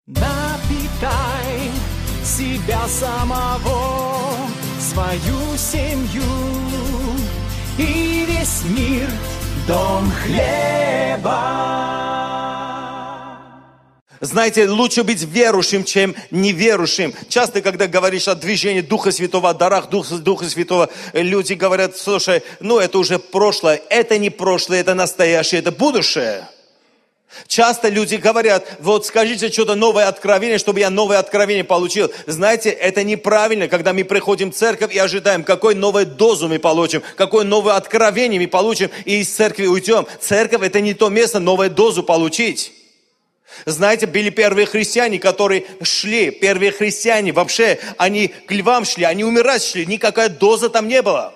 Напитай себя самого, свою семью и весь мир, дом хлеба. Знаете, лучше быть верующим, чем неверующим. Часто, когда говоришь о движении Духа Святого, о дарах Духа Святого, люди говорят: слушай, это уже прошлое. Это не прошлое, это настоящее, это будущее. Часто люди говорят: вот скажите что-то новое откровение, чтобы я новое откровение получил. Знаете, это неправильно, когда мы приходим в церковь и ожидаем, какую новую дозу мы получим, какое новое откровение мы получим, и из церкви уйдем. Церковь — это не то место новую дозу получить. Знаете, были первые христиане, которые шли, первые христиане вообще, они к львам шли, они умирать шли, никакая доза там не было.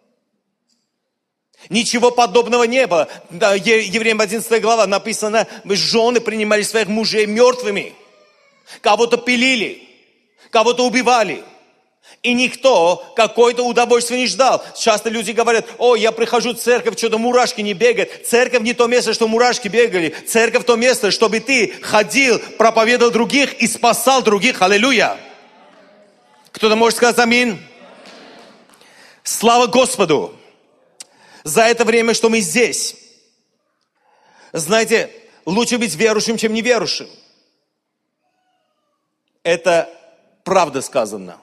Ничего подобного не было. Евреям 11 глава написано: жены принимали своих мужей мертвыми. Кого-то пилили, кого-то убивали. И никто какое-то удовольствие не ждал. Часто люди говорят: я прихожу в церковь, что-то мурашки не бегают. Церковь не то место, что мурашки бегали. Церковь то место, чтобы ты ходил, проповедовал других и спасал других. Аллилуйя. Кто-то может сказать аминь? Слава Господу. За это время, что мы здесь, знаете, лучше быть верующим, чем неверующим. Это правда сказано.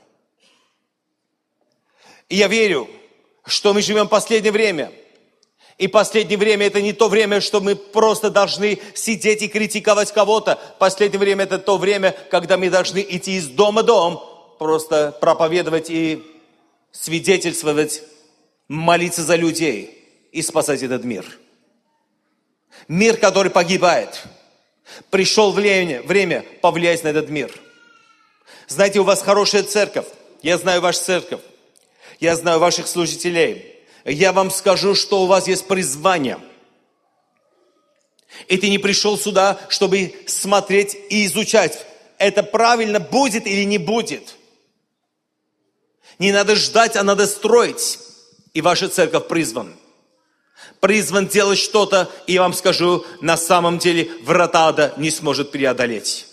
И я верю, что мы живем в последнее время. И последнее время — это не то время, что мы просто должны сидеть и критиковать кого-то. Последнее время — это то время, когда мы должны идти из дома в дом, просто проповедовать и свидетельствовать, молиться за людей и спасать этот мир. Мир, который погибает. Пришел время повлиять на этот мир. Знаете, у вас хорошая церковь. Я знаю вашу церковь. Я знаю ваших служителей. Я вам скажу, что у вас есть призвание. И ты не пришел сюда, чтобы смотреть и изучать, это правильно будет или не будет. Не надо ждать, а надо строить. И ваша церковь призван делать что-то, и я вам скажу, на самом деле врата ада не сможет преодолеть.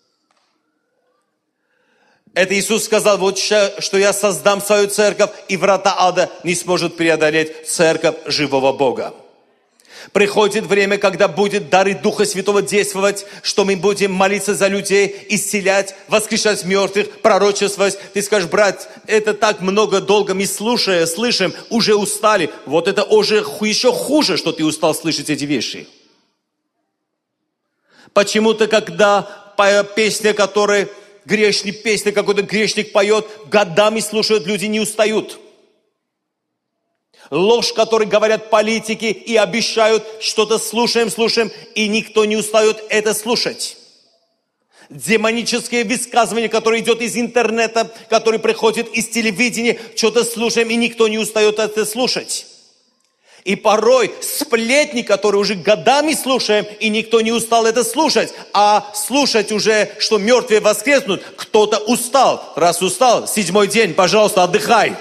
Это Иисус сказал: вот что я создам свою церковь, и врата ада не сможет преодолеть церковь живого Бога. Приходит время, когда будет дары Духа Святого действовать, что мы будем молиться за людей, исцелять, воскрешать мертвых, пророчествовать. Ты скажешь: брат, это так много, долго мы слышим, уже устали. Вот это уже еще хуже, что ты устал слышать эти вещи. Почему-то, когда песня, которая песня какой-то грешник поет, годами слушают люди, не устают. Ложь, которую говорят политики и обещают, что-то слушаем, и никто не устает это слушать. Демонические высказывания, которые идут из интернета, которые приходят из телевидения, что-то слушаем, и никто не устает это слушать. И порой сплетни, которые уже годами слушаем, и никто не устал это слушать. А слушать уже, что мертвые воскреснут, кто-то устал. Раз устал, 7-й день, пожалуйста, отдыхай.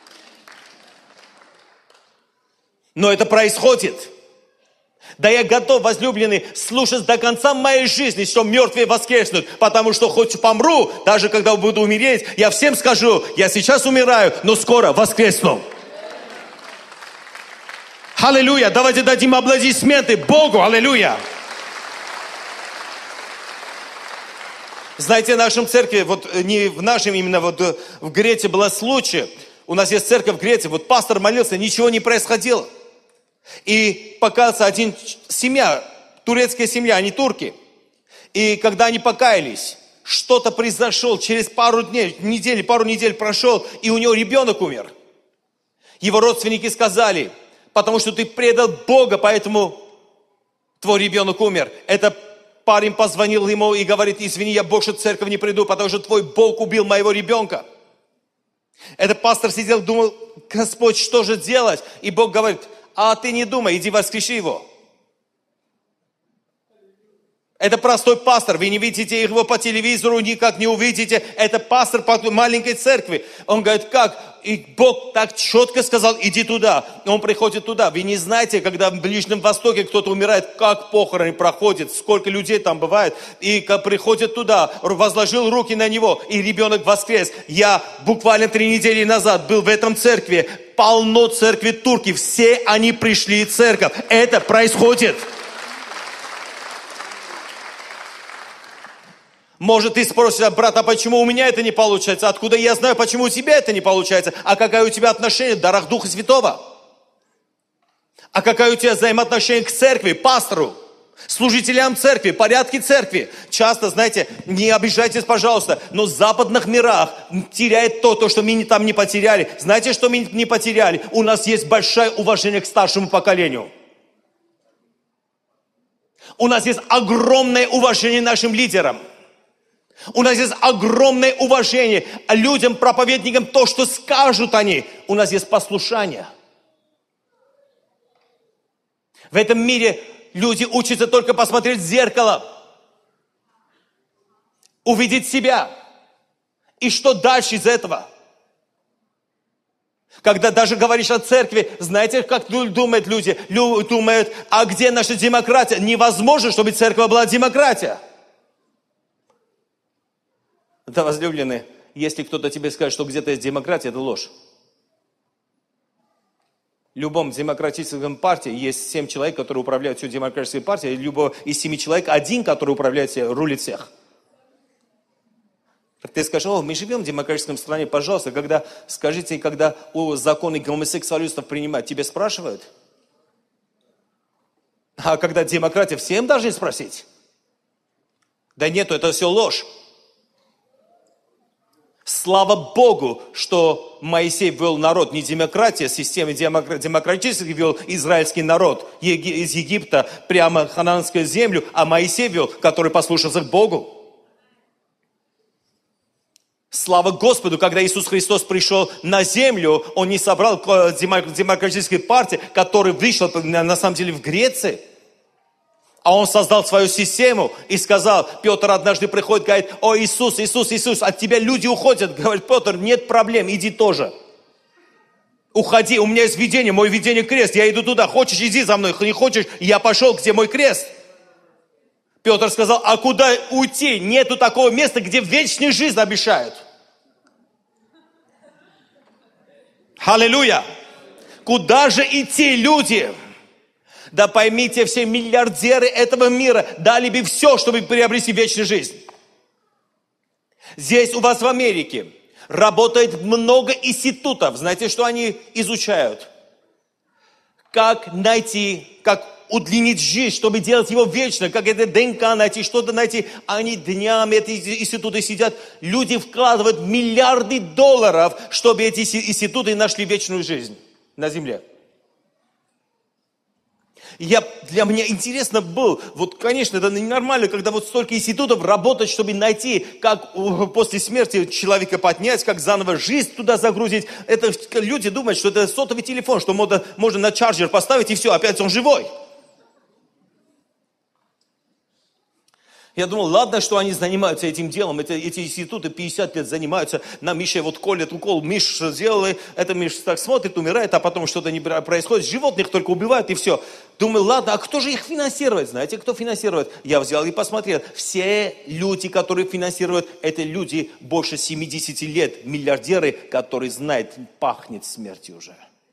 Но это происходит. Да я готов, возлюбленный, слушать до конца моей жизни, что мертвые воскреснут. Потому что хоть помру, даже когда буду умереть, я всем скажу: я сейчас умираю, но скоро воскресну. Аллилуйя! Давайте дадим аплодисменты Богу! Аллилуйя! Знаете, в нашем церкви, вот не в нашем, именно вот в Греции был случай. У нас есть церковь в Греции, вот пастор молился, ничего не происходило. И покаялся один семья, турецкая семья, они турки. И когда они покаялись, что-то произошло, через пару недель прошел, и у него ребенок умер. Его родственники сказали: потому что ты предал Бога, поэтому твой ребенок умер. Это парень позвонил ему и говорит: извини, я больше в церковь не приду, потому что твой Бог убил моего ребенка. Этот пастор сидел, думал: Господь, что же делать? И Бог говорит: а ты не думай, иди воскреши его. Это простой пастор, вы не видите его по телевизору, никак не увидите. Это пастор по маленькой церкви. Он говорит, как? И Бог так четко сказал, иди туда. Он приходит туда. Вы не знаете, когда в Ближнем Востоке кто-то умирает, как похороны проходят, сколько людей там бывает. И приходит туда, возложил руки на него, и ребенок воскрес. Я буквально 3 недели назад был в этом церкви. Полно церкви турки. Все они пришли в церковь. Это происходит. Может, ты спросишь, брат, а почему у меня это не получается? Откуда я знаю, почему у тебя это не получается? А какое у тебя отношение к дарах Духа Святого? А какое у тебя взаимоотношение к церкви, пастору, служителям церкви, порядке церкви? Часто, знаете, не обижайтесь, пожалуйста, но в западных мирах теряет то, что мы там не потеряли. Знаете, что мы не потеряли? У нас есть большое уважение к старшему поколению. У нас есть огромное уважение к нашим лидерам. У нас есть огромное уважение людям, проповедникам, то, что скажут они. У нас есть послушание. В этом мире люди учатся только посмотреть в зеркало, увидеть себя. И что дальше из этого? Когда даже говоришь о церкви, знаете, как думают люди? Думают, а где наша демократия? Невозможно, чтобы церковь была демократия. Да, возлюбленные, если кто-то тебе скажет, что где-то есть демократия, это ложь. В любом демократическом партии есть 7 человек, которые управляют всю демократическую партию, и любого из 7 человек один, который управляет всех, рулит всех. Ты скажешь, мы живем в демократическом стране, пожалуйста, скажите, когда законы гомосексуалистов принимают, тебе спрашивают? А когда демократия, всем должны спросить? Да нету, это все ложь. Слава Богу, что Моисей ввел народ, не демократия, система демократически ввел израильский народ из Египта прямо в хананскую землю, а Моисей ввел, который послушался к Богу. Слава Господу, когда Иисус Христос пришел на землю, Он не собрал демократической партии, которая вышла на самом деле в Греции. А Он создал свою систему и сказал, Петр однажды приходит, говорит, о Иисус, Иисус, Иисус, от тебя люди уходят. Говорит, Петр, нет проблем, иди тоже. Уходи, у меня есть видение, мой видение крест, я иду туда, хочешь, иди за мной, не хочешь, я пошел, где мой крест. Петр сказал, а куда уйти? Нету такого места, где вечную жизнь обещают. Аллилуйя! Куда же идти, люди? Да поймите, все миллиардеры этого мира дали бы все, чтобы приобрести вечную жизнь. Здесь у вас в Америке работает много институтов. Знаете, что они изучают? Как найти, как удлинить жизнь, чтобы делать его вечно, как это ДНК найти, что-то найти. Они днями, эти институты сидят, люди вкладывают миллиарды долларов, чтобы эти институты нашли вечную жизнь на земле. Для меня интересно было, вот, конечно, это ненормально, когда вот столько институтов работать, чтобы найти, как после смерти человека поднять, как заново жизнь туда загрузить. Это люди думают, что это сотовый телефон, что можно на чарджер поставить, и все, опять он живой. Я думал, ладно, что они занимаются этим делом, эти институты 50 лет занимаются, на Мише вот колят укол, Миш сделали, это Миш так смотрит, умирает, а потом что-то не происходит, животных только убивают и все. Думаю, ладно, а кто же их финансирует? Знаете, кто финансирует? Я взял и посмотрел, все люди, которые финансируют, это люди больше 70 лет, миллиардеры, которые знают, пахнет смертью уже.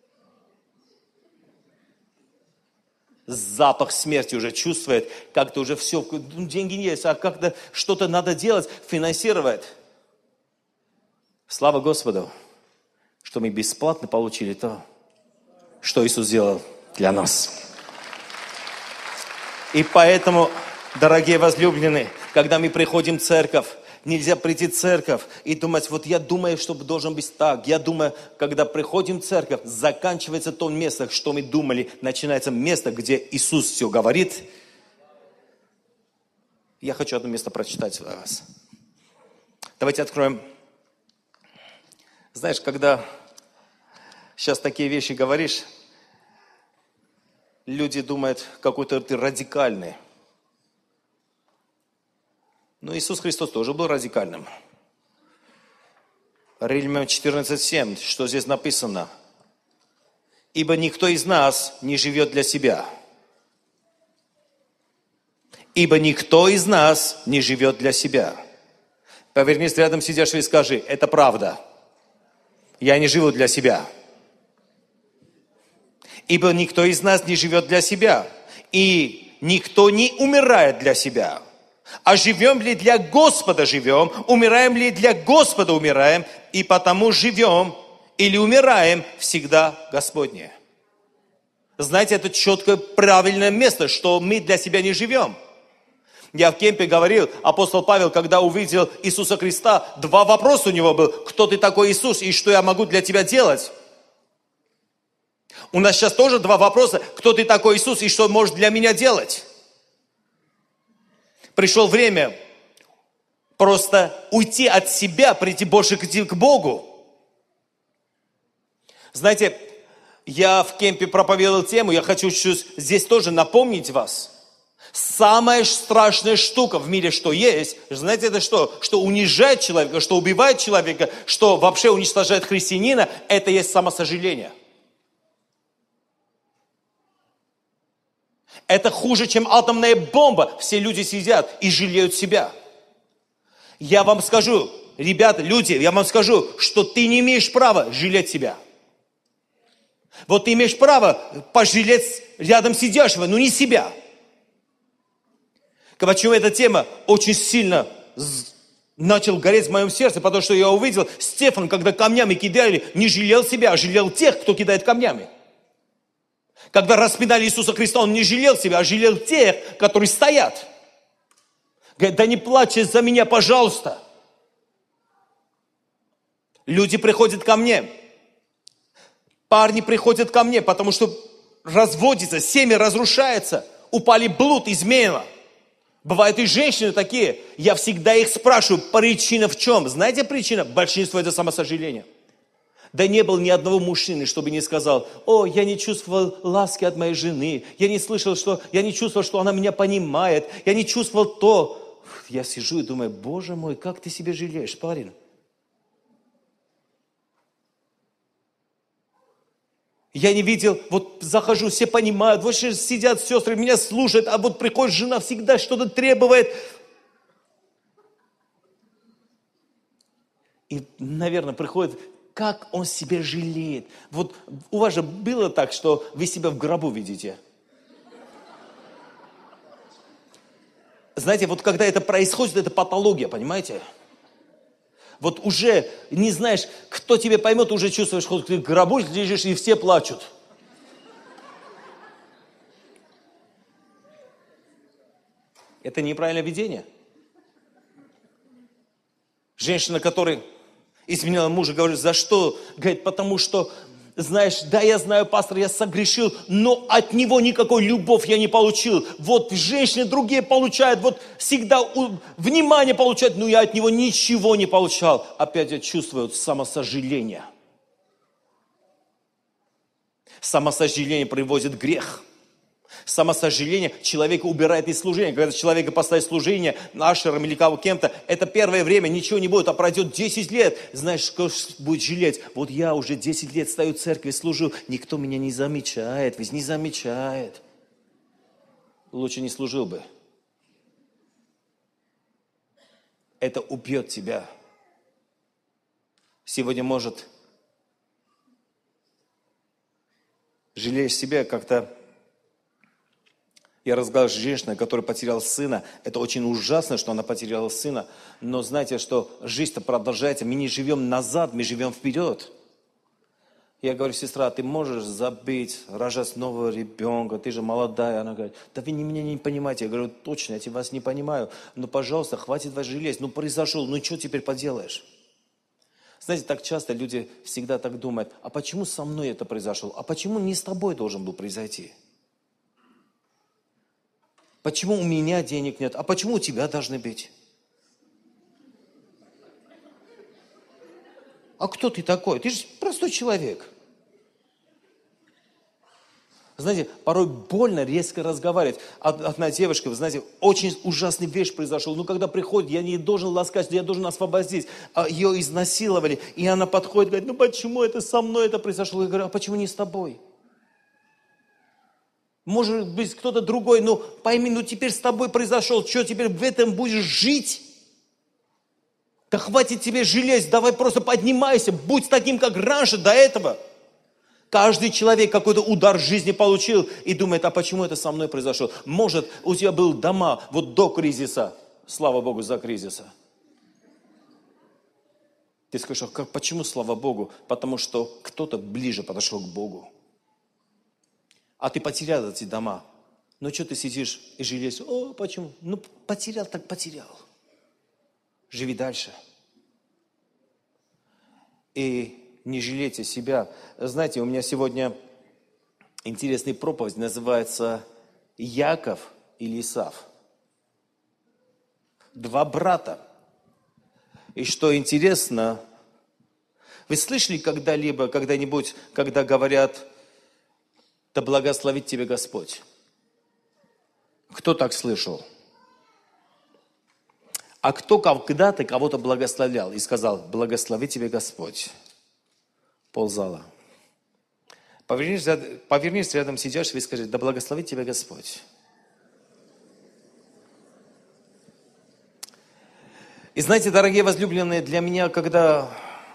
Запах смерти уже чувствует, как-то уже все, деньги есть, а как-то что-то надо делать, финансировать. Слава Господу, что мы бесплатно получили то, что Иисус сделал для нас. И поэтому, дорогие возлюбленные, когда мы приходим в церковь, нельзя прийти в церковь и думать, вот я думаю, что должен быть так. Я думаю, когда приходим в церковь, заканчивается то место, что мы думали, начинается место, где Иисус все говорит. Я хочу одно место прочитать для вас. Давайте откроем. Знаешь, когда сейчас такие вещи говоришь, люди думают, какой-то ты радикальный. Но Иисус Христос тоже был радикальным. Римлянам 14:7, что здесь написано? Ибо никто из нас не живет для себя. Ибо никто из нас не живет для себя. Повернись рядом сидящего и скажи, это правда. Я не живу для себя. Ибо никто из нас не живет для себя. И никто не умирает для себя. А живем ли для Господа живем, умираем ли для Господа умираем, и потому живем или умираем всегда Господне. Знаете, это четкое, правильное место, что мы для себя не живем. Я в кемпе говорил, апостол Павел, когда увидел Иисуса Христа, 2 вопроса у него был. Кто ты такой, Иисус, и что я могу для тебя делать? У нас сейчас тоже 2 вопроса. Кто ты такой, Иисус, и что можешь для меня делать? Пришло время просто уйти от себя, прийти больше к Богу. Знаете, я в кемпе проповедовал тему, я хочу здесь тоже напомнить вас. Самая страшная штука в мире, что есть, знаете, это что? Что унижает человека, что убивает человека, что вообще уничтожает христианина, это есть самосожаление. Это хуже, чем атомная бомба. Все люди сидят и жалеют себя. Я вам скажу, ребята, люди, я вам скажу, что ты не имеешь права жалеть себя. Вот ты имеешь право пожалеть рядом сидящего, но не себя. Почему эта тема очень сильно начала гореть в моем сердце, потому что я увидел, Стефан, когда камнями кидали, не жалел себя, а жалел тех, кто кидает камнями. Когда распинали Иисуса Христа, он не жалел себя, а жалел тех, которые стоят. Говорит, да не плачь за меня, пожалуйста. Люди приходят ко мне. Парни приходят ко мне, потому что разводится, семя разрушается, упали блуд, измена. Бывают и женщины такие, я всегда их спрашиваю, причина в чем? Знаете причина? Большинство это самосожаление. Да не было ни одного мужчины, чтобы не сказал, о, я не чувствовал ласки от моей жены, я не чувствовал, что она меня понимает, я не чувствовал то. Я сижу и думаю, Боже мой, как ты себе жалеешь, парень? Я не видел, вот захожу, все понимают, вот сейчас сидят сестры, меня слушают, а вот приходит жена, всегда что-то требует. И, наверное, приходит, как он себя жалеет. Вот у вас же было так, что вы себя в гробу видите. Знаете, вот когда это происходит, это патология, понимаете? Вот уже не знаешь, кто тебя поймет, уже чувствуешь, что ты в гробу лежишь, и все плачут. Это неправильное видение. Женщина, которая изменила мужа, говорит, за что? Говорит, потому что, знаешь, да, я знаю, пастор, я согрешил, но от него никакой любовь я не получил. Вот женщины другие получают, вот всегда внимание получают, но я от него ничего не получал. Опять я чувствую самосожаление. Самосожаление приводит грех. Самосожаление человека убирает из служения. Когда человека поставить служение, ашером или кем-то, это первое время ничего не будет, а пройдет 10 лет. Знаешь, что будет жалеть? Вот я уже 10 лет стою в церкви, служу, никто меня не замечает, ведь не замечает. Лучше не служил бы. Это убьет тебя. Сегодня, может, жалеешь себя как-то. Я разговаривал с женщиной, которая потеряла сына. Это очень ужасно, что она потеряла сына. Но знаете, что жизнь-то продолжается. Мы не живем назад, мы живем вперед. Я говорю, сестра, ты можешь забыть, рожать нового ребенка, ты же молодая. Она говорит, да вы меня не понимаете. Я говорю, точно, я вас не понимаю. Но, пожалуйста, хватит вас жалеть. Ну, произошел, ну, что теперь поделаешь? Знаете, так часто люди всегда так думают, а почему со мной это произошло? А почему не с тобой должен был произойти? Почему у меня денег нет? А почему у тебя должны быть? А кто ты такой? Ты же простой человек. Знаете, порой больно резко разговаривать. Одна девушка, вы знаете, очень ужасная вещь произошла. Ну, когда приходит, я не должен ласкать, я должен освободить. А ее изнасиловали, и она подходит, говорит, ну почему это со мной это произошло? Я говорю, а почему не с тобой? Может быть, кто-то другой, ну пойми, ну теперь с тобой произошел, что теперь в этом будешь жить? Да хватит тебе жалеть, давай просто поднимайся, будь таким, как раньше, до этого. Каждый человек какой-то удар в жизни получил и думает, а почему это со мной произошло? Может, у тебя был дома вот до кризиса, слава Богу за кризиса. Ты скажешь, а как, почему слава Богу? Потому что кто-то ближе подошел к Богу. А ты потерял эти дома. Ну что ты сидишь и жалеешь? О, почему? Ну потерял, так потерял. Живи дальше. И не жалейте себя. Знаете, у меня сегодня интересная проповедь, называется Яков или Исав. Два брата. И что интересно, вы слышали когда-нибудь, когда говорят, да благословит тебя Господь? Кто так слышал? А кто когда-то кого-то благословлял и сказал, благослови тебя Господь? Ползала. Повернись рядом сидящего и скажи, да благословит тебя Господь. И знаете, дорогие возлюбленные, для меня, когда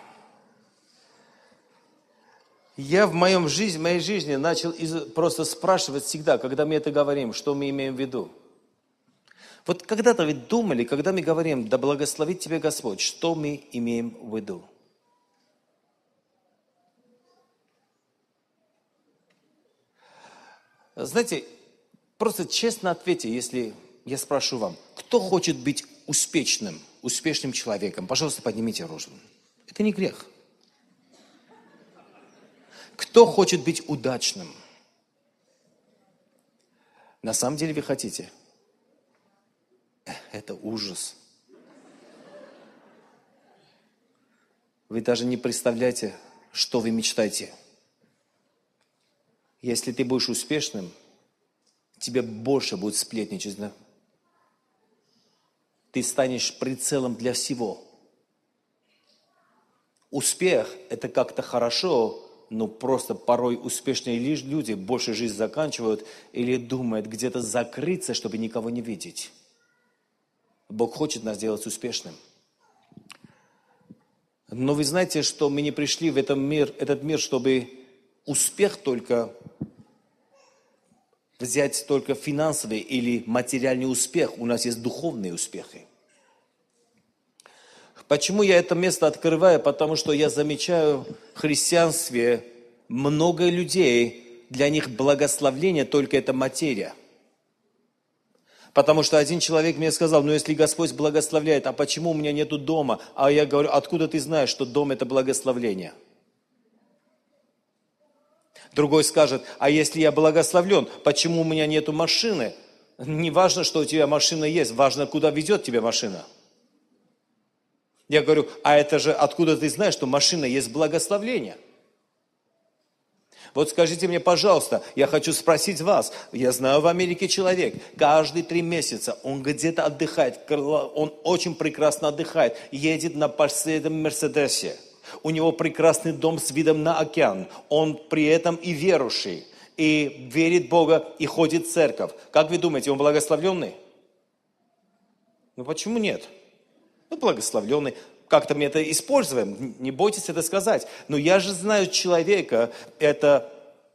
я в моей жизни начал просто спрашивать всегда, когда мы это говорим, что мы имеем в виду. Вот когда-то вы думали, когда мы говорим, да благословит тебя Господь, что мы имеем в виду? Знаете, просто честно ответьте, если я спрошу вам, кто хочет быть успешным человеком? Пожалуйста, поднимите руку. Это не грех. Кто хочет быть удачным? На самом деле вы хотите? Это ужас. Вы даже не представляете, что вы мечтаете. Если ты будешь успешным, тебе больше будет сплетничать. Да? Ты станешь прицелом для всего. Успех – это как-то хорошо, но просто порой успешные люди больше жизнь заканчивают или думают где-то закрыться, чтобы никого не видеть. Бог хочет нас сделать успешным. Но вы знаете, что мы не пришли в этот мир, чтобы успех только взять только финансовый или материальный успех. У нас есть духовные успехи. Почему я это место открываю? Потому что я замечаю в христианстве много людей, для них благословление только это материя. Потому что один человек мне сказал, ну если Господь благословляет, а почему у меня нету дома? А я говорю, откуда ты знаешь, что дом это благословление? Другой скажет, а если я благословлен, почему у меня нету машины? Не важно, что у тебя машина есть, важно, куда ведет тебя машина. Я говорю, а это же откуда ты знаешь, что машина есть благословление? Вот скажите мне, пожалуйста, я хочу спросить вас, я знаю в Америке человек, каждые 3 месяца он где-то отдыхает, он очень прекрасно отдыхает, едет на последнем Мерседесе. У него прекрасный дом с видом на океан. Он при этом и верующий, и верит в Бога, и ходит в церковь. Как вы думаете, он благословленный? Ну почему нет? Ну благословленный. Как-то мы это используем, не бойтесь это сказать. Но я же знаю человека, это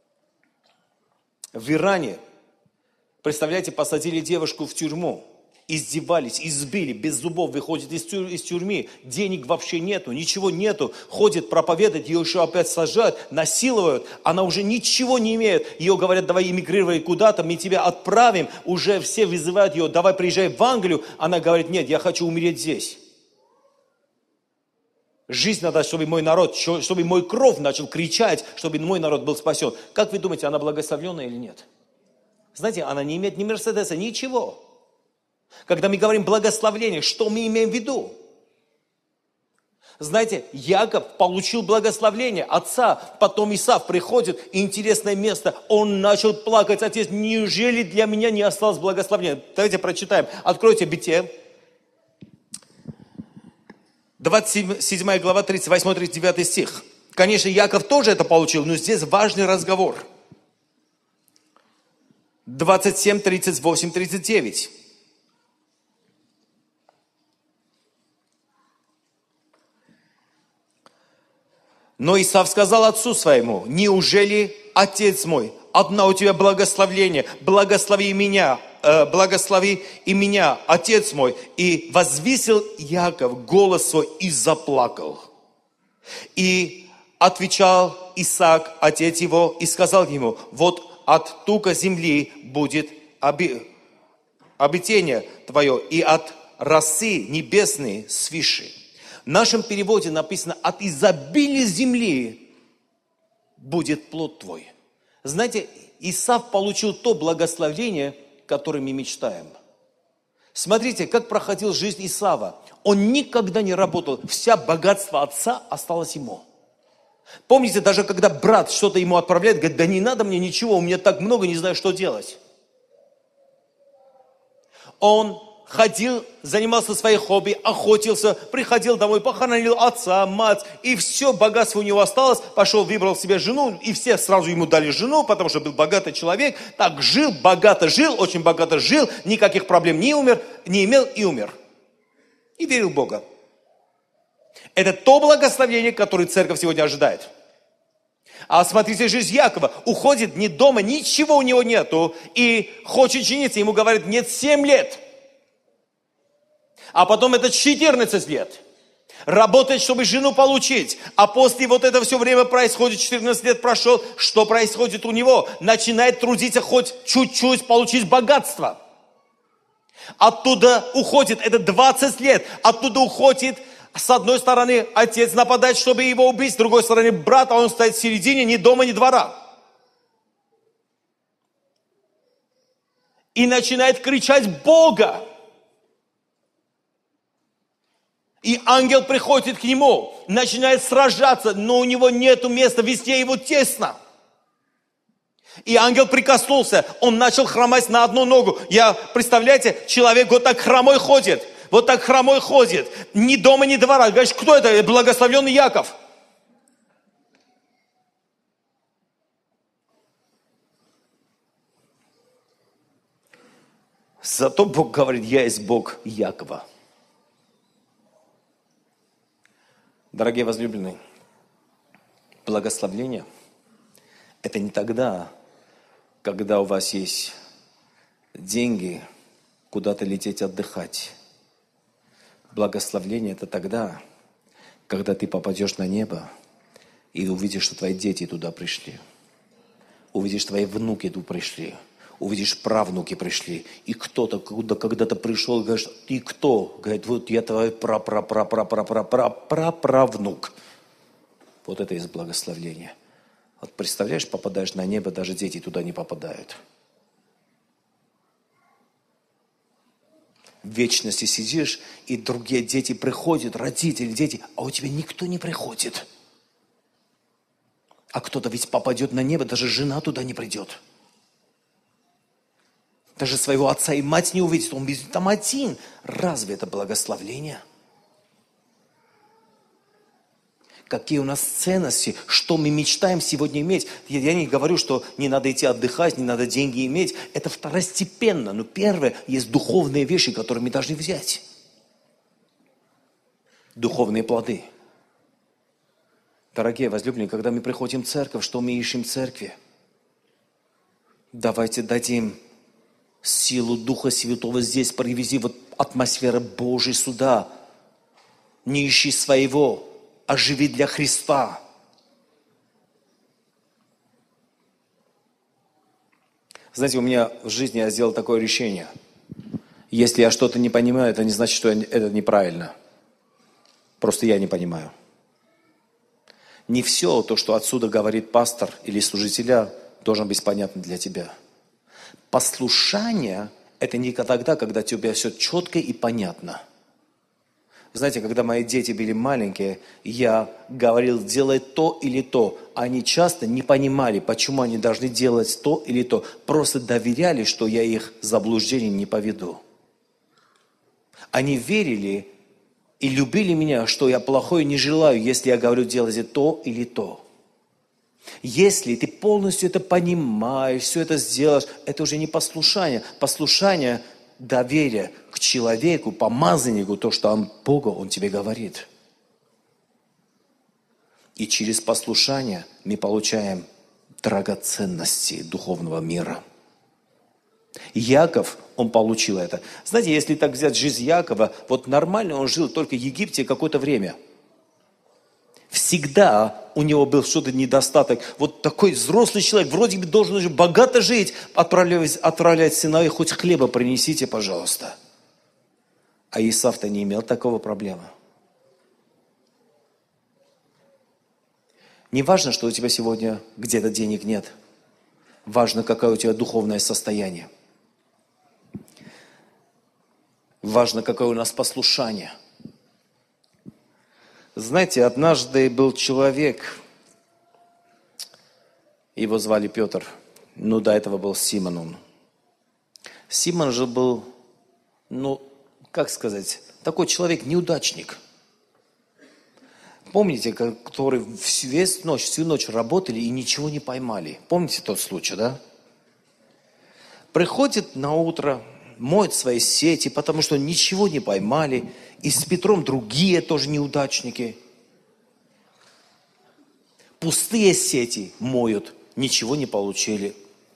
в Иране. Представляете, посадили девушку в тюрьму. Издевались, избили, без зубов выходит из тюрьмы, денег вообще нету, ничего нету, ходит проповедовать, ее еще опять сажают, насилуют, она уже ничего не имеет, ее говорят, давай эмигрируй куда-то, мы тебя отправим, уже все вызывают ее, давай приезжай в Англию, она говорит, нет, я хочу умереть здесь. Жизнь надо, чтобы мой народ, чтобы мой кровь начал кричать, чтобы мой народ был спасен. Как вы думаете, она благословленная или нет? Знаете, она не имеет ни Мерседеса, ничего. Когда мы говорим благословление, что мы имеем в виду? Знаете, Яков получил благословение отца, потом Исав приходит, и интересное место, он начал плакать: отец, неужели для меня не осталось благословения? Давайте прочитаем, откройте Бытие, 27 глава, 38-39 стих. Конечно, Яков тоже это получил, но здесь важный разговор. 27, 38, 39. Но Исав сказал отцу своему: неужели, отец мой, одна у тебя благословление, благослови меня, отец мой. И возвысил Яков голос свой и заплакал. И отвечал Исаак, отец его, и сказал ему: вот от тука земли будет обетение твое, и от росы небесной свыше. В нашем переводе написано: от изобилия земли будет плод твой. Знаете, Исав получил то благословение, которое мы мечтаем. Смотрите, как проходила жизнь Исава. Он никогда не работал. Вся богатство отца осталось ему. Помните, даже когда брат что-то ему отправляет, говорит: да не надо мне ничего, у меня так много, не знаю, что делать. Он ходил, занимался своим хобби, охотился, приходил домой, похоронил отца, мать, и все богатство у него осталось, пошел, выбрал себе жену, и все сразу ему дали жену, потому что был богатый человек, так жил, богато жил, очень богато жил, никаких проблем не имел и умер. И верил в Бога. Это то благословение, которое церковь сегодня ожидает. А смотрите, жизнь Якова. Уходит ни дома, ничего у него нету, и хочет жениться, ему говорят: нет, 7 лет. А потом это 14 лет. Работать, чтобы жену получить. А после вот это все время происходит, 14 лет прошел, что происходит у него? Начинает трудиться хоть чуть-чуть, получить богатство. Оттуда уходит, это 20 лет. Оттуда уходит, с одной стороны, отец нападает, чтобы его убить, с другой стороны, брат, а он стоит в середине, ни дома, ни двора. И начинает кричать Бога. И ангел приходит к нему, начинает сражаться, но у него нету места, везде его тесно. И ангел прикоснулся, он начал хромать на одну ногу. Представляете, человек вот так хромой ходит, ни дома, ни двора. Говоришь, кто это? Благословенный Яков. Зато Бог говорит: я есть Бог Якова. Дорогие возлюбленные, благословение – это не тогда, когда у вас есть деньги куда-то лететь отдыхать. Благословение – это тогда, когда ты попадешь на небо и увидишь, что твои дети туда пришли. Увидишь, твои внуки туда пришли. Увидишь, правнуки пришли. И кто-то когда-то пришел и говорит: ты кто? Говорит: вот я твой праправнук. Вот это есть благословение. Вот представляешь, попадаешь на небо, даже дети туда не попадают. В вечности сидишь, и другие дети приходят, родители, дети, а у тебя никто не приходит. А кто-то ведь попадет на небо, даже жена туда не придет. Даже своего отца и мать не увидит, он будет там один. Разве это благословение? Какие у нас ценности, что мы мечтаем сегодня иметь. Я не говорю, что не надо идти отдыхать, не надо деньги иметь. Это второстепенно. Но первое, есть духовные вещи, которые мы должны взять. Духовные плоды. Дорогие возлюбленные, когда мы приходим в церковь, что мы ищем в церкви? Давайте дадим силу Духа Святого здесь, привези вот атмосферу Божьей сюда. Не ищи своего, а живи для Христа. Знаете, у меня в жизни я сделал такое решение. Если я что-то не понимаю, это не значит, что это неправильно. Просто я не понимаю. Не все то, что отсюда говорит пастор или служителя, должно быть понятно для тебя. Послушание – это не тогда, когда тебе все четко и понятно. Знаете, когда мои дети были маленькие, я говорил, делай то или то. Они часто не понимали, почему они должны делать то или то. Просто доверяли, что я их заблуждений не поведу. Они верили и любили меня, что я плохое не желаю, если я говорю, делайте то или то. Если ты полностью это понимаешь, все это сделаешь, это уже не послушание. Послушание – доверие к человеку, помазаннику, то, что он Богу, он тебе говорит. И через послушание мы получаем драгоценности духовного мира. Яков, он получил это. Знаете, если так взять жизнь Якова, вот нормально он жил только в Египте какое-то время. Всегда у него был что-то недостаток. Вот такой взрослый человек, вроде бы должен уже богато жить, отправлять сыновей, хоть хлеба принесите, пожалуйста. А Исав-то не имел такого проблемы. Не важно, что у тебя сегодня где-то денег нет. Важно, какое у тебя духовное состояние. Важно, какое у нас послушание. Знаете, однажды был человек, его звали Петр, но до этого был Симон. Симон же был, как сказать, такой человек-неудачник. Помните, который всю ночь работали и ничего не поймали? Помните тот случай, да? Приходит на утро, моет свои сети, потому что ничего не поймали. И с Петром другие тоже неудачники. Пустые сети моют, ничего не получили.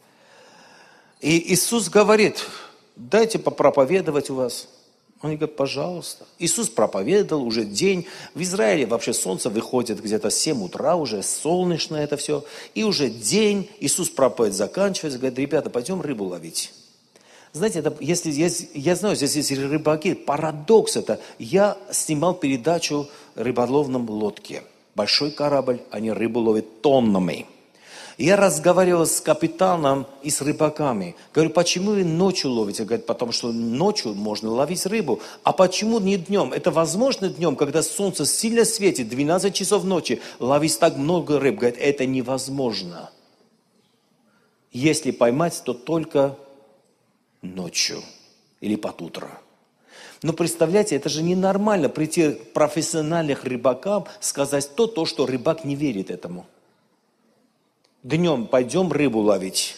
И Иисус говорит, дайте попроповедовать у вас. Они говорят, пожалуйста. Иисус проповедовал уже день. В Израиле вообще солнце выходит где-то в 7 утра, уже солнечно это все. И уже день, Иисус проповедь заканчивается, говорит, ребята, пойдем рыбу ловить. Знаете, я знаю, здесь есть рыбаки, парадокс это. Я снимал передачу о рыболовном лодке. Большой корабль, они рыбу ловят тоннами. Я разговаривал с капитаном и с рыбаками. Говорю, почему вы ночью ловите? Говорят, потому что ночью можно ловить рыбу. А почему не днем? Это возможно днем, когда солнце сильно светит, 12 часов ночи, ловить так много рыб. Говорят, это невозможно. Если поймать, то только ночью или под утро. Но представляете, это же ненормально прийти к профессиональным рыбакам, сказать то, что рыбак не верит этому. Днем пойдем рыбу ловить.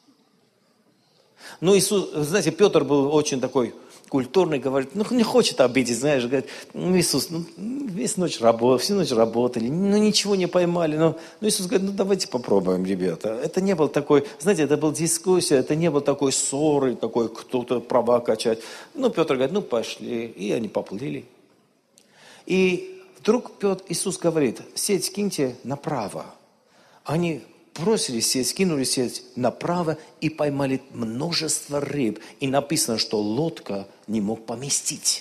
Ну, Иисус, знаете, Петр был очень такой культурный, говорит, не хочет обидеть, знаешь, говорит, Иисус, всю ночь работали, ничего не поймали. Но Иисус говорит, давайте попробуем, ребята. Это не был такой, знаете, это была дискуссия, это не был такой ссоры, такой кто-то права качать. Петр говорит, пошли, и они поплыли. И вдруг Иисус говорит, сеть киньте направо. Они бросили сеть, скинули сеть направо и поймали множество рыб. И написано, что лодка не мог поместить.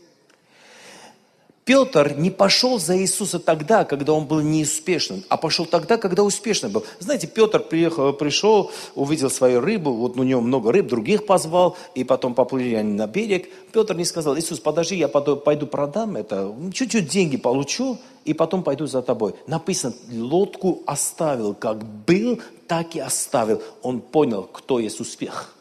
Петр не пошел за Иисуса тогда, когда он был неуспешным, а пошел тогда, когда успешно был. Знаете, Петр пришел, увидел свою рыбу, вот у него много рыб, других позвал, и потом поплыли они на берег. Петр не сказал, Иисус, подожди, я пойду продам это, чуть-чуть деньги получу, и потом пойду за тобой. Написано, лодку оставил, как был, так и оставил. Он понял, кто есть успех.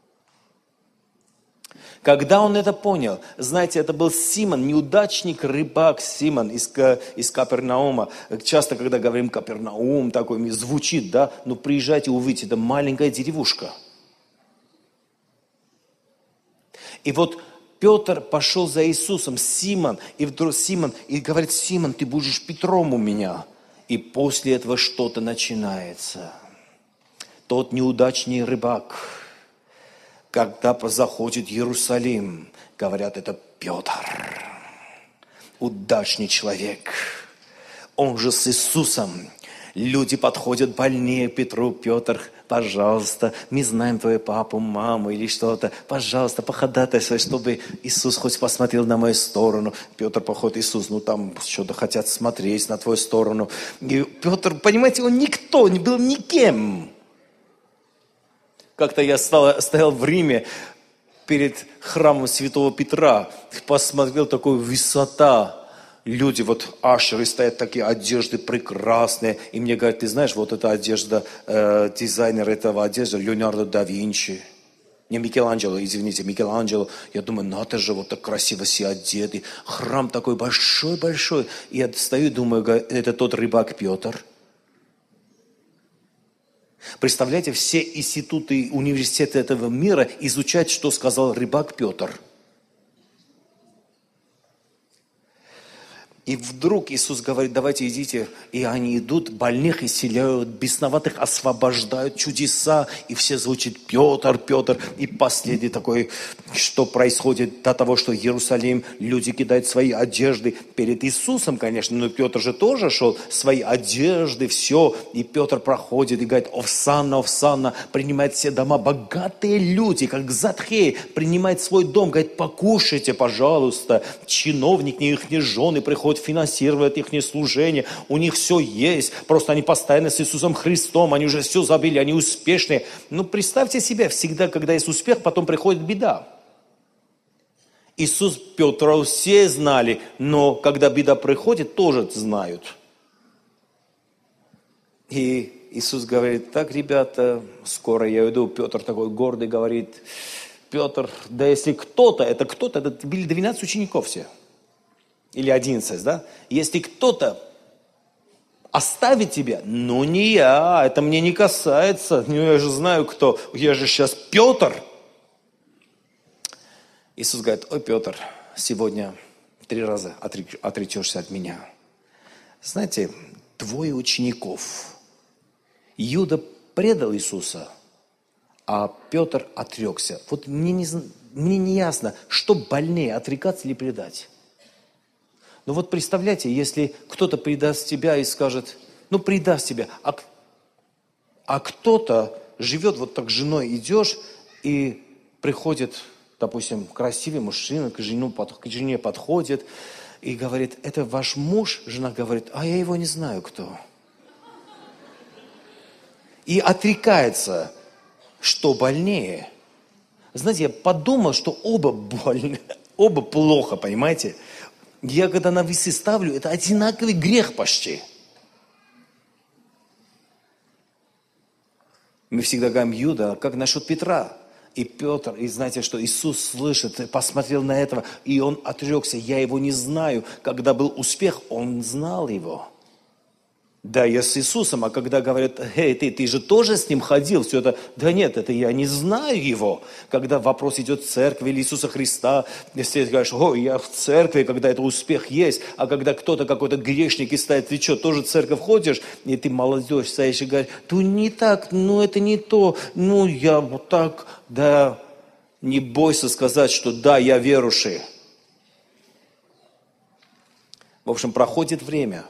Когда он это понял, знаете, это был Симон, неудачник, рыбак Симон из Капернаума. Часто, когда говорим Капернаум, такой звучит, да, приезжайте, увидите, это маленькая деревушка. И вот Петр пошел за Иисусом, Симон, и вдруг Симон, и говорит, Симон, ты будешь Петром у меня. И после этого что-то начинается. Тот неудачный рыбак, когда заходит в Иерусалим, говорят, это Петр, удачный человек. Он же с Иисусом. Люди подходят больнее к Петру, Петр, пожалуйста, мы знаем твою папу, маму или что-то, пожалуйста, походатайствуй, чтобы Иисус хоть посмотрел на мою сторону. Петр походит, Иисус, там что-то хотят смотреть на твою сторону. И Петр, понимаете, он никто, не был никем. Как-то я стоял в Риме, перед храмом Святого Петра, посмотрел, такую высота. Люди, вот ашеры стоят, такие одежды прекрасные. И мне говорят, ты знаешь, вот эта одежда, дизайнер этого одежды, Леонардо да Винчи. Не Микеланджело, извините, Микеланджело. Я думаю, надо же, вот так красиво все одеты. Храм такой большой-большой. И я стою и думаю, это тот рыбак Петр. Представляете, все институты, университеты этого мира изучают, что сказал рыбак Петр. И вдруг Иисус говорит, давайте идите. И они идут, больных исцеляют, бесноватых освобождают, чудеса. И все звучат Петр, Петр. И последний такой, что происходит до того, что в Иерусалим люди кидают свои одежды перед Иисусом, конечно. Но Петр же тоже шел, свои одежды, все. И Петр проходит и говорит, Овсанна, Овсанна, принимает все дома. Богатые люди, как Затхей, принимает свой дом, говорит, покушайте, пожалуйста. Чиновник, их жены приходят, финансируют их служение, у них все есть, просто они постоянно с Иисусом Христом, они уже все забили, они успешные. Ну, представьте себе, всегда, когда есть успех, потом приходит беда. Иисус, Петра все знали, но когда беда приходит, тоже знают. И Иисус говорит, так, ребята, скоро я уйду. Петр такой гордый говорит, Петр, да если кто-то, это были 12 учеников все. Или 11, да? Если кто-то оставит тебя, ну не я, это мне не касается. Ну я же знаю кто, я же сейчас Петр. Иисус говорит, ой, Петр, сегодня 3 раза отречешься от меня. Знаете, 2 учеников. Иуда предал Иисуса, а Петр отрекся. Вот мне не ясно, что больнее, отрекаться или предать. Ну вот представляете, если кто-то предаст тебя и скажет, ну предаст тебя, а кто-то живет, вот так с женой идешь, и приходит, допустим, красивый мужчина, к жене подходит и говорит, это ваш муж? Жена говорит, а я его не знаю кто. И отрекается, что больнее. Знаете, я подумал, что оба больны, оба плохо, понимаете? Я когда на весы ставлю, это одинаковый грех почти. Мы всегда говорим, Иуда, как насчет Петра? И Петр, и знаете, что Иисус слышит, посмотрел на этого, и он отрекся, я его не знаю. Когда был успех, он знал его. Да, я с Иисусом, а когда говорят, эй, ты же тоже с ним ходил, все это, да нет, это я не знаю его. Когда вопрос идет в церкви или Иисуса Христа, если ты говоришь, о, я в церкви, когда это успех есть, а когда кто-то, какой-то грешник и стоит, ты что, тоже в церковь ходишь? И ты молодежь стоишь и говоришь, ну не так, ну это не то, ну я вот так, да, не бойся сказать, что да, я верующий. В общем, проходит время.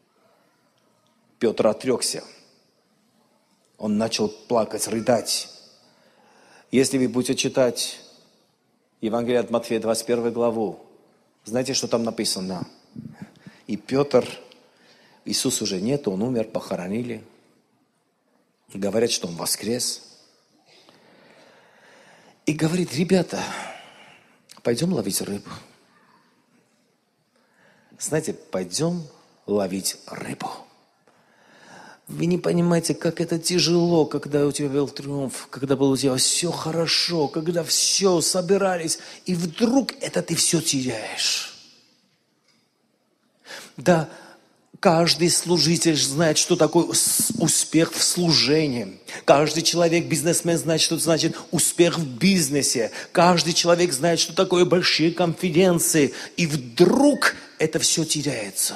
Петр отрекся. Он начал плакать, рыдать. Если вы будете читать Евангелие от Матфея, 21 главу, знаете, что там написано? И Петр, Иисус уже нет, он умер, похоронили. Говорят, что он воскрес. И говорит, ребята, пойдем ловить рыбу. Знаете, пойдем ловить рыбу. Вы не понимаете, как это тяжело, когда у тебя был триумф, когда было у тебя все хорошо, когда все собирались, и вдруг это ты все теряешь. Да, каждый служитель знает, что такое успех в служении. Каждый человек, бизнесмен, знает, что это значит успех в бизнесе. Каждый человек знает, что такое большие конференции. И вдруг это все теряется.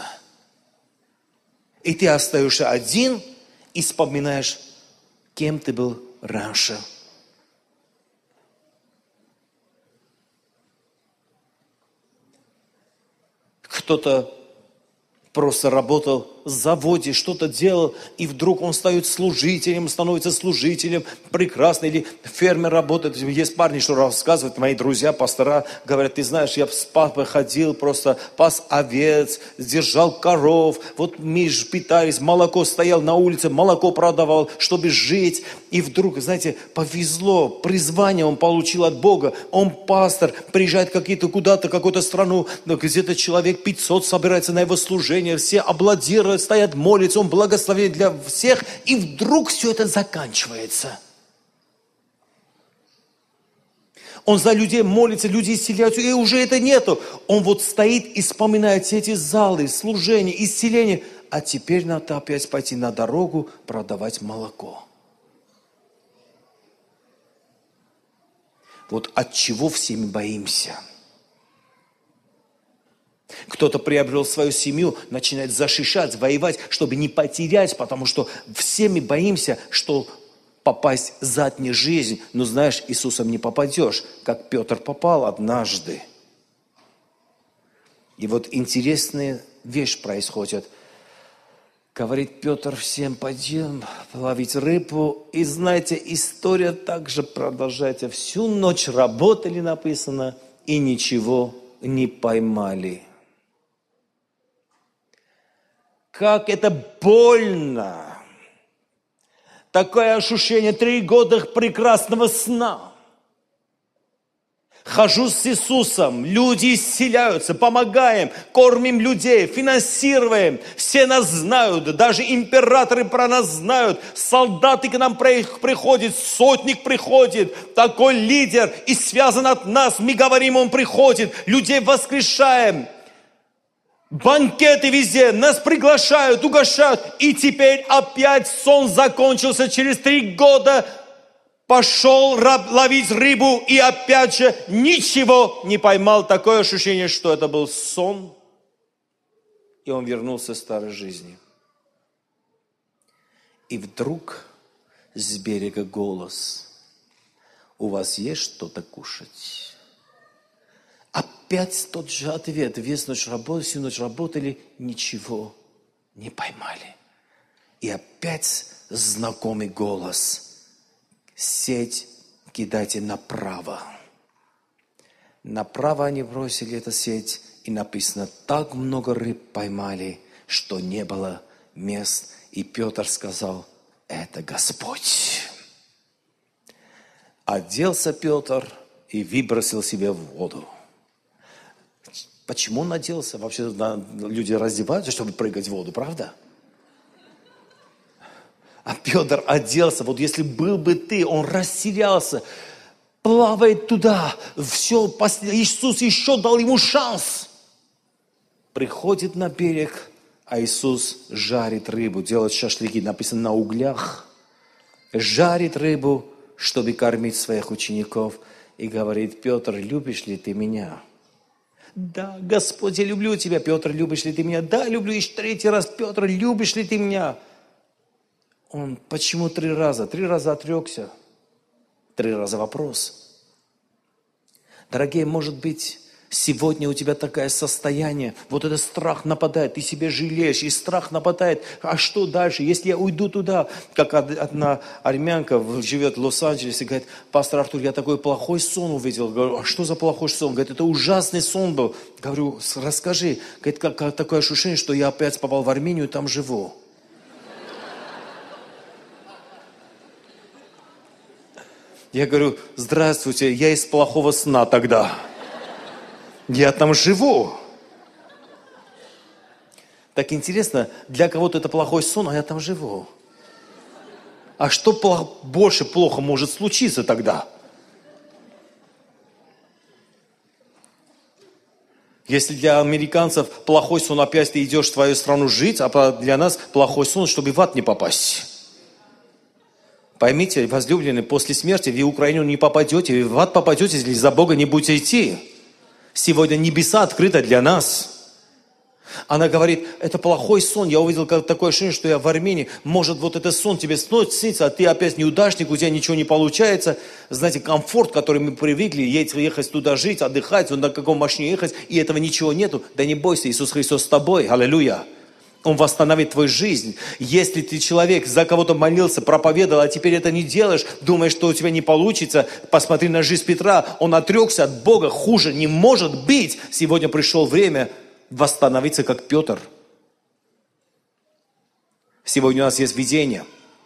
И ты остаешься один и вспоминаешь, кем ты был раньше. Кто-то просто работал заводе что-то делал, и вдруг он становится служителем, прекрасно, или фермер работает. Есть парни, что рассказывают, мои друзья, пастора, говорят, ты знаешь, я с папой ходил, просто пас овец, держал коров, вот мы же питались, молоко стоял на улице, молоко продавал, чтобы жить. И вдруг, знаете, повезло, призвание он получил от Бога, он пастор, приезжает куда-то, какую-то страну, где-то человек 500 собирается на его служение, все аплодируют, стоят, молятся, он благословит для всех, и вдруг все это заканчивается. Он за людей молится, люди исцеляются, и уже это нету. Он вот стоит и вспоминает все эти залы, служения, исцеления, а теперь надо опять пойти на дорогу продавать молоко. Вот от чего все мы боимся? Кто-то приобрел свою семью, начинает защищать, воевать, чтобы не потерять, потому что все мы боимся, что попасть в заднюю жизнь. Но знаешь, Иисусом не попадешь, как Петр попал однажды. И вот интересная вещь происходит. Говорит Петр всем, пойдем ловить рыбу. И знаете, история также продолжается. Всю ночь работали, написано, и ничего не поймали. Как это больно! Такое ощущение 3 года прекрасного сна. Хожу с Иисусом, люди исцеляются, помогаем, кормим людей, финансируем. Все нас знают, даже императоры про нас знают. Солдаты к нам приходят, сотник приходит, такой лидер, и связан от нас. Мы говорим, он приходит, людей воскрешаем. Банкеты везде, нас приглашают, угощают. И теперь опять сон закончился через 3 года. Пошел ловить рыбу и опять же ничего не поймал. Такое ощущение, что это был сон. И он вернулся к старой жизни. И вдруг с берега голос. У вас есть что-то кушать? Опять тот же ответ. Всю ночь работали, ничего не поймали. И опять знакомый голос. Сеть кидайте направо. Направо они бросили эту сеть, и написано, так много рыб поймали, что не было мест. И Петр сказал, это Господь. Оделся Петр и выбросил себя в воду. Почему он оделся? Вообще люди раздеваются, чтобы прыгать в воду, правда? А Петр оделся, вот если был бы ты, он растерялся, плавает туда, все, Иисус еще дал ему шанс. Приходит на берег, а Иисус жарит рыбу, делает шашлыки, написано на углях. Жарит рыбу, чтобы кормить своих учеников. И говорит, Петр, любишь ли ты меня? Да, Господь, я люблю тебя. Петр, любишь ли ты меня? Да, люблю. И 3-й раз, Петр, любишь ли ты меня? Он, почему 3 раза? 3 раза отрекся. 3 раза вопрос. Дорогие, может быть, сегодня у тебя такое состояние, вот этот страх нападает, ты себе жалеешь, и страх нападает. А что дальше? Если я уйду туда, как одна армянка живет в Лос-Анджелесе, говорит, пастор Артур, я такой плохой сон увидел. Говорю, а что за плохой сон? Говорит, это ужасный сон был. Говорю, расскажи. Говорит, как такое ощущение, что я опять попал в Армению и там живу. Я говорю, здравствуйте, я из плохого сна тогда. Я там живу. Так интересно, для кого-то это плохой сон, а я там живу. А что больше плохо может случиться тогда? Если для американцев плохой сон, опять ты идешь в свою страну жить, а для нас плохой сон, чтобы в ад не попасть. Поймите, возлюбленные, после смерти вы в Украину не попадете, вы в ад попадете, если за Бога не будете идти. Сегодня небеса открыты для нас. Она говорит, это плохой сон. Я увидел такое ощущение, что я в Армении. Может, вот этот сон тебе снится, а ты опять неудачник, у тебя ничего не получается. Знаете, комфорт, который мы привыкли, ехать туда жить, отдыхать, на каком машине ехать, и этого ничего нету. Да не бойся, Иисус Христос с тобой. Аллилуйя. Он восстановит твою жизнь. Если ты человек, за кого-то молился, проповедовал, а теперь это не делаешь, думаешь, что у тебя не получится, посмотри на жизнь Петра. Он отрекся от Бога, хуже не может быть. Сегодня пришло время восстановиться, как Петр. Сегодня у нас есть видение.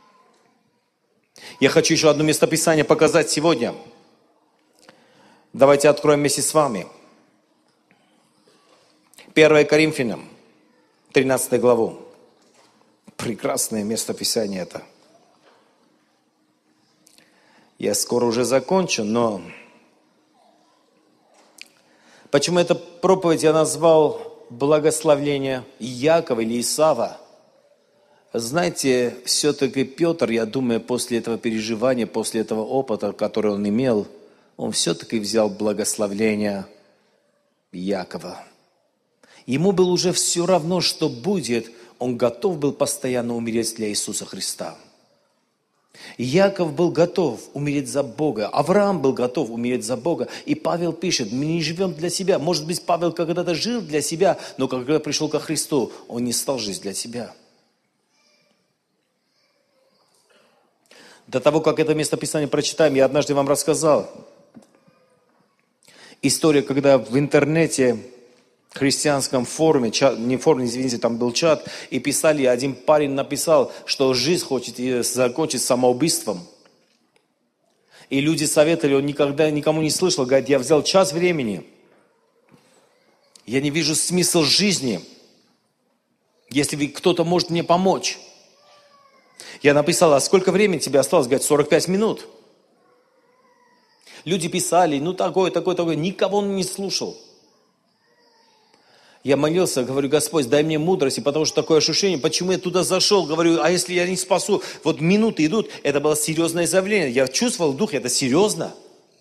Я хочу еще одно местописание показать сегодня. Давайте откроем вместе с вами. 1 Коринфянам, 13 главу. Прекрасное местописание это. Я скоро уже закончу, но... Почему эту проповедь я назвал благословление Иакова или Исава? Знаете, все-таки Петр, я думаю, после этого переживания, после этого опыта, который он имел, он все-таки взял благословление Иакова. Ему было уже все равно, что будет. Он готов был постоянно умереть для Иисуса Христа. Иаков был готов умереть за Бога. Авраам был готов умереть за Бога. И Павел пишет, мы не живем для себя. Может быть, Павел когда-то жил для себя, но когда пришел ко Христу, он не стал жить для себя. До того, как это местописание прочитаем, я однажды вам рассказал. История, когда в интернете... христианском форуме, не форуме, извините, там был чат, и писали, один парень написал, что жизнь хочет закончить самоубийством. И люди советовали, он никогда никому не слышал, говорит, я взял час времени, я не вижу смысла жизни, если кто-то может мне помочь. Я написал, а сколько времени тебе осталось? Говорит, 45 минут. Люди писали, ну такое, никого он не слушал. Я молился, говорю, Господь, дай мне мудрости, потому что такое ощущение, почему я туда зашел, говорю, а если я не спасу? Вот минуты идут, это было серьезное заявление, я чувствовал в духе, это серьезно.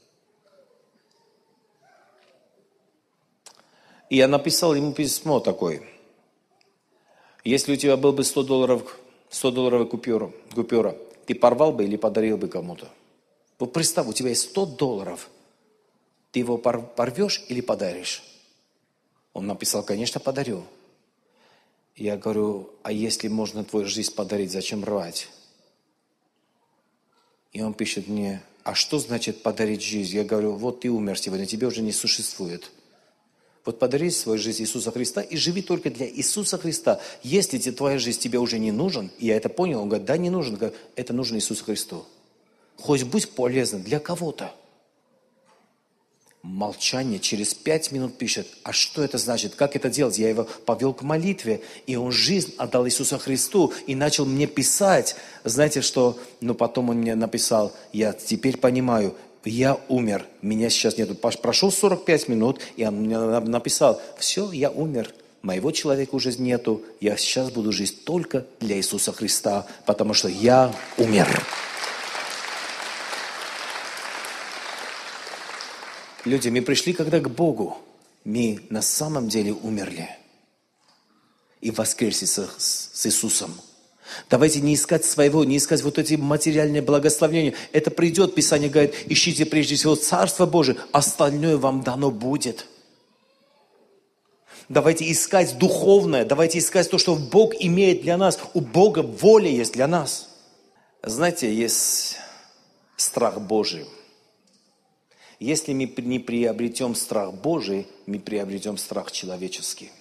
И я написал ему письмо такое, если у тебя был бы $100 купюра, ты порвал бы или подарил бы кому-то? Вот представь, у тебя есть $100, ты его порвешь или подаришь? Он написал, конечно, подарю. Я говорю, а если можно твою жизнь подарить, зачем рвать? И он пишет мне, а что значит подарить жизнь? Я говорю, вот ты умер сегодня, тебя уже не существует. Вот подари свою жизнь Иисуса Христа и живи только для Иисуса Христа. Если твоя жизнь тебе уже не нужен, и я это понял, он говорит, да, не нужен. Говорю, это нужно Иисусу Христу. Хоть будь полезным для кого-то. Молчание. Через 5 минут пишет, а что это значит? Как это делать? Я его повел к молитве, и он жизнь отдал Иисусу Христу, и начал мне писать. Знаете что? Но потом он мне написал, я теперь понимаю, я умер, меня сейчас нету. Прошел 45 минут, и он мне написал, все, я умер. Моего человека уже нету, я сейчас буду жить только для Иисуса Христа, потому что я умер. Люди, мы пришли когда к Богу, мы на самом деле умерли и воскресли с Иисусом. Давайте не искать своего, не искать вот эти материальные благословения. Это придет, Писание говорит, ищите прежде всего Царство Божие, остальное вам дано будет. Давайте искать духовное, давайте искать то, что Бог имеет для нас. У Бога воля есть для нас. Знаете, есть страх Божий. Если мы не приобретем страх Божий, мы приобретем страх человеческий.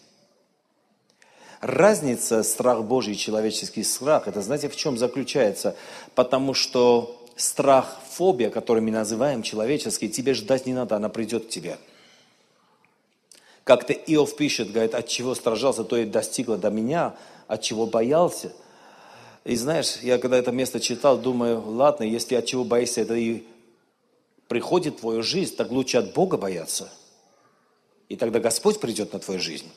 Разница страх Божий и человеческий страх, это знаете в чем заключается? Потому что страх, фобия, которую мы называем человеческий, тебе ждать не надо, она придет к тебе. Как-то Иов пишет, говорит, от чего сражался, то и достигло до меня, от чего боялся. И знаешь, я когда это место читал, думаю, ладно, если от чего боишься, это и приходит в твою жизнь, так лучше от Бога бояться. И тогда Господь придет на твою жизнь.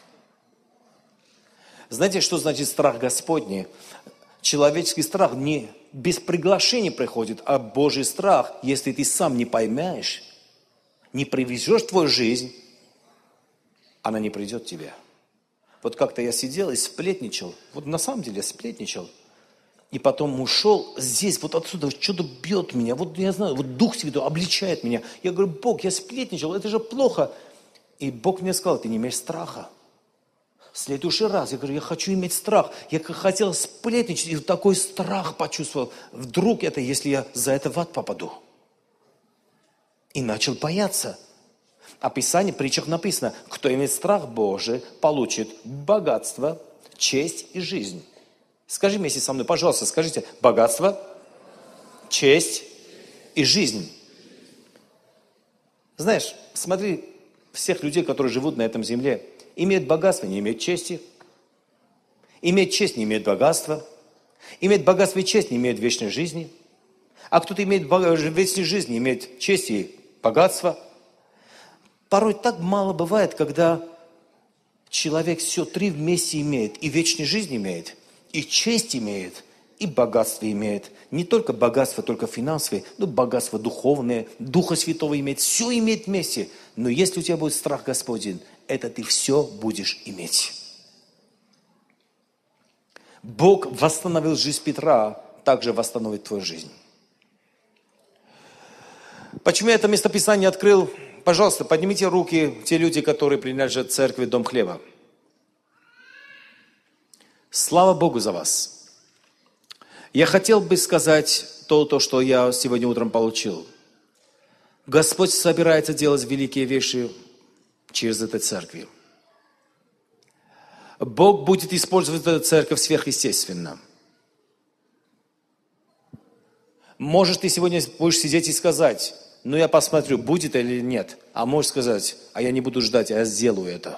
Знаете, что значит страх Господний? Человеческий страх не без приглашения приходит, а Божий страх, если ты сам не поймаешь, не привезешь в твою жизнь, она не придет к тебе. Вот как-то я сидел и сплетничал. Вот на самом деле я сплетничал. И потом ушел здесь, вот отсюда, что-то бьет меня. Вот я знаю, вот Дух Святой обличает меня. Я говорю, Бог, я сплетничал, это же плохо. И Бог мне сказал, ты не имеешь страха. В следующий раз я говорю, я хочу иметь страх. Я хотел сплетничать, и такой страх почувствовал. Вдруг это, если я за это в ад попаду. И начал бояться. А в Писании, в притчах написано, кто имеет страх Божий, получит богатство, честь и жизнь. Скажи вместе со мной, пожалуйста, скажите, богатство, честь и жизнь. Знаешь, смотри, всех людей, которые живут на этом земле, имеют богатство, не имеют чести. Имеют честь, не имеют богатства. Имеют богатство и честь, не имеют вечной жизни. А кто-то имеет вечную жизнь, не имеет чести и богатства. Порой так мало бывает, когда человек все три вместе имеет. И вечную жизнь имеет, и честь имеет, и богатство имеет. Не только богатство, только финансовое, но богатство духовное, Духа Святого имеет. Все имеет вместе. Но если у тебя будет страх Господень, это ты все будешь иметь. Бог восстановил жизнь Петра, также восстановит твою жизнь. Почему я это местописание открыл? Пожалуйста, поднимите руки, те люди, которые принадлежат церкви Дом Хлеба. Слава Богу за вас. Я хотел бы сказать то, что я сегодня утром получил. Господь собирается делать великие вещи через эту церковь. Бог будет использовать эту церковь сверхъестественно. Может, ты сегодня будешь сидеть и сказать, ну я посмотрю, будет или нет. А можешь сказать, а я не буду ждать, а я сделаю это.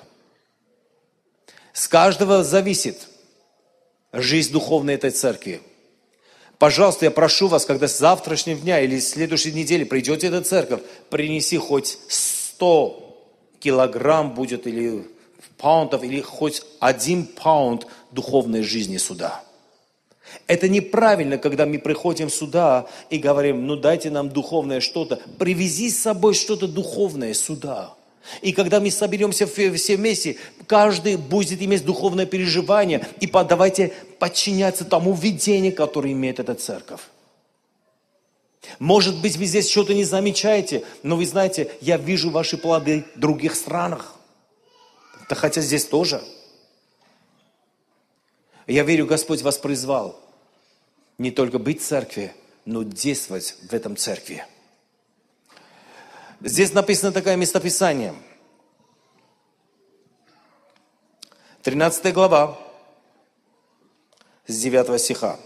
С каждого зависит жизнь духовной этой церкви. Пожалуйста, я прошу вас, когда с завтрашнего дня или с следующей недели придете в эту церковь, принеси хоть 100 килограмм будет, или паунтов, или хоть 1 паунд духовной жизни сюда. Это неправильно, когда мы приходим сюда и говорим, ну дайте нам духовное что-то. Привези с собой что-то духовное сюда. И когда мы соберемся все вместе, каждый будет иметь духовное переживание. И давайте подчиняться тому видению, которое имеет эта церковь. Может быть, вы здесь что-то не замечаете, но вы знаете, я вижу ваши плоды в других странах. Да хотя здесь тоже. Я верю, Господь вас призвал не только быть в церкви, но действовать в этом церкви. Здесь написано такое местописание. 13 глава, с 9 стиха.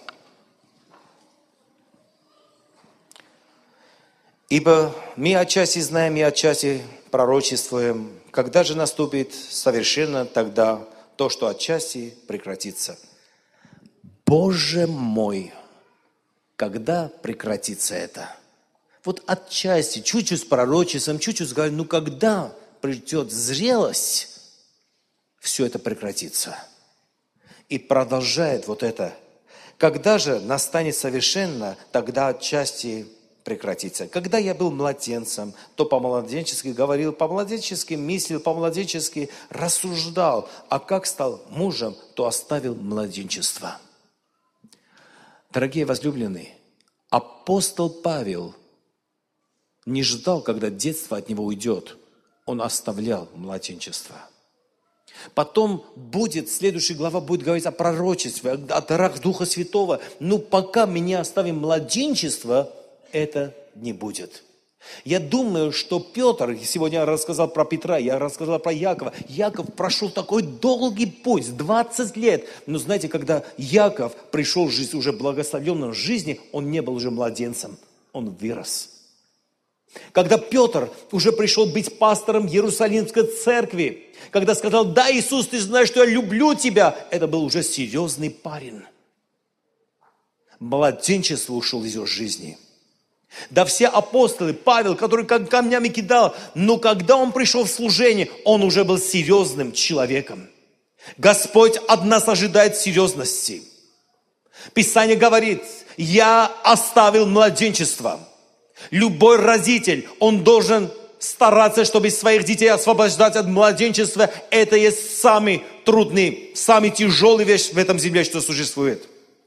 «Ибо мы отчасти знаем и отчасти пророчествуем, когда же наступит совершенно тогда то, что отчасти прекратится». Боже мой, когда прекратится это? Вот отчасти, чуть-чуть с пророчеством, чуть-чуть с говорением, когда придет зрелость, все это прекратится. И продолжает вот это. Когда же настанет совершенно, тогда отчасти прекратится. Когда я был младенцем, то по-младенчески говорил, по-младенчески мыслил, по-младенчески рассуждал. А как стал мужем, то оставил младенчество. Дорогие возлюбленные, апостол Павел не ждал, когда детство от него уйдет. Он оставлял младенчество. Потом следующая глава будет говорить о пророчестве, о дарах Духа Святого. Но пока мы не оставим младенчество, это не будет. Я думаю, что Петр, сегодня я рассказал про Петра, я рассказал про Якова. Яков прошел такой долгий путь, 20 лет. Но знаете, когда Яков пришел в жизнь уже благословенной жизни, он не был уже младенцем, он вырос. Когда Петр уже пришел быть пастором Иерусалимской церкви, когда сказал, да, Иисус, ты знаешь, что я люблю тебя, это был уже серьезный парень. Младенчество ушло из его жизни. Да все апостолы, Павел, который как камнями кидал, но когда он пришел в служение, он уже был серьезным человеком. Господь от нас ожидает серьезности. Писание говорит, я оставил младенчество. Любой родитель, он должен стараться, чтобы своих детей освобождать от младенчества. Это есть самый трудный, самый тяжелый вещь в этом земле, что существует.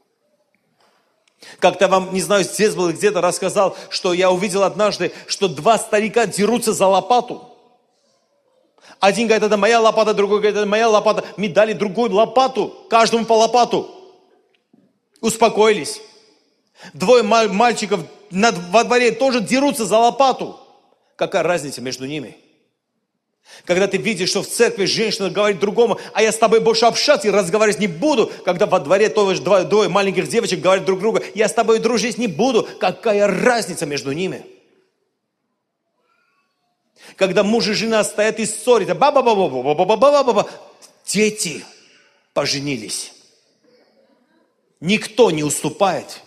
Как-то вам, не знаю, здесь был где-то рассказал, что я увидел однажды, что 2 старика дерутся за лопату. Один говорит, это моя лопата, другой говорит, это моя лопата. Мы дали другую лопату, каждому по лопату. Успокоились. Двое мальчиков во дворе тоже дерутся за лопату. Какая разница между ними? Когда ты видишь, что в церкви женщина говорит другому, а я с тобой больше общаться и разговаривать не буду. Когда во дворе тоже двое маленьких девочек говорят друг другу, я с тобой дружить не буду. Какая разница между ними? Когда муж и жена стоят и ссорятся, ба-ба-ба-ба-ба-ба-ба-ба-ба-ба, дети поженились. Никто не уступает.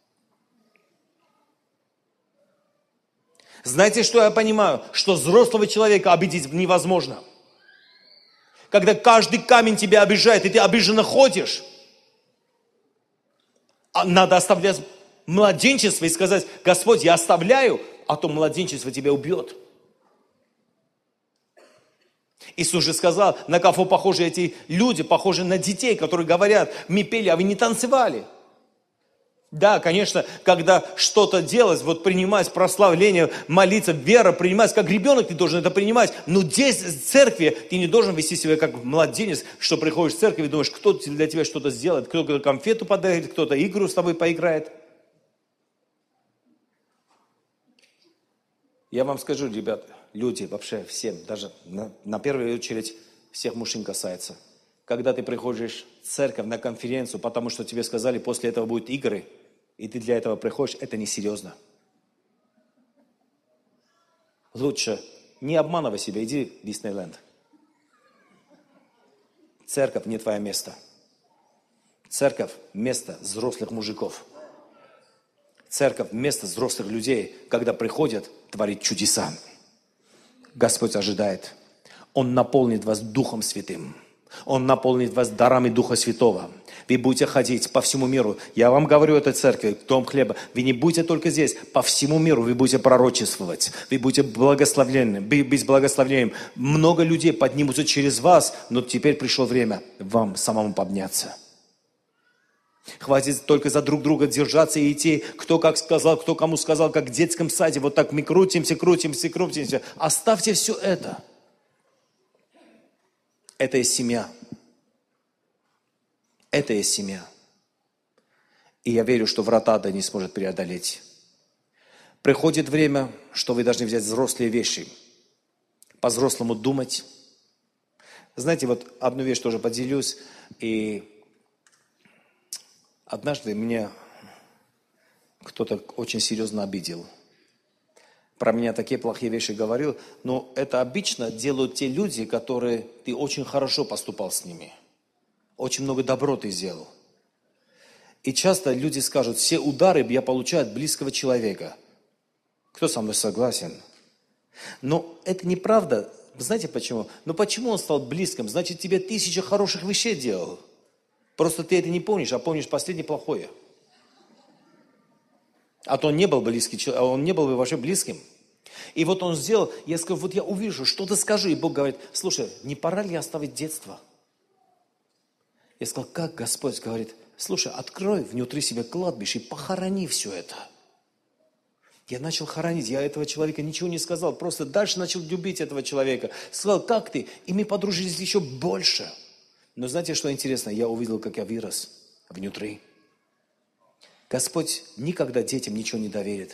Знаете, что я понимаю? Что взрослого человека обидеть невозможно. Когда каждый камень тебя обижает, и ты обиженно ходишь, надо оставлять младенчество и сказать, Господь, я оставляю, а то младенчество тебя убьет. Иисус же сказал, на кого похожи эти люди, похожи на детей, которые говорят, мы пели, а вы не танцевали. Да, конечно, когда что-то делать, вот принимать прославление, молиться, вера, принимать, как ребенок ты должен это принимать. Но здесь, в церкви, ты не должен вести себя как младенец, что приходишь в церковь и думаешь, кто для тебя что-то сделает, кто-то конфету подарит, кто-то игру с тобой поиграет. Я вам скажу, ребята, люди вообще всем, даже на первую очередь всех мужчин касается. Когда ты приходишь в церковь на конференцию, потому что тебе сказали, после этого будут игры, и ты для этого приходишь, это несерьезно. Лучше не обманывай себя, иди в Диснейленд. Церковь не твое место. Церковь – место взрослых мужиков. Церковь – место взрослых людей, когда приходят творить чудеса. Господь ожидает. Он наполнит вас Духом Святым. Он наполнит вас дарами Духа Святого. Вы будете ходить по всему миру. Я вам говорю этой церкви, Дом хлеба. Вы не будете только здесь. По всему миру вы будете пророчествовать. Вы будете благословленны. Без благословения. Много людей поднимутся через вас, но теперь пришло время вам самому подняться. Хватит только за друг друга держаться и идти. Кто как сказал, кто кому сказал, как в детском саде. Вот так мы крутимся. Оставьте все это. Это есть семья. Это есть семья. И я верю, что врата ада не сможет преодолеть. Приходит время, что вы должны взять взрослые вещи. По-взрослому думать. Знаете, вот одну вещь тоже поделюсь. И однажды меня кто-то очень серьезно обидел. Про меня такие плохие вещи говорил. Но это обычно делают те люди, которые ты очень хорошо поступал с ними. Очень много добро ты сделал. И часто люди скажут, все удары я получаю от близкого человека. Кто со мной согласен? Но это неправда. Знаете почему? Но почему он стал близким? Значит, тебе 1000 хороших вещей делал. Просто ты это не помнишь, а помнишь последнее плохое. А то он не был близкий, он не был бы вообще близким. И вот он сделал, я сказал, вот я увижу, что ты скажи. И Бог говорит, слушай, не пора ли оставить детство? Я сказал, как Господь говорит, слушай, открой внутри себя кладбище и похорони все это. Я начал хоронить, я этого человека ничего не сказал, просто дальше начал любить этого человека. Сказал, как ты? И мы подружились еще больше. Но знаете, что интересно? Я увидел, как я вырос внутри. Господь никогда детям ничего не доверит.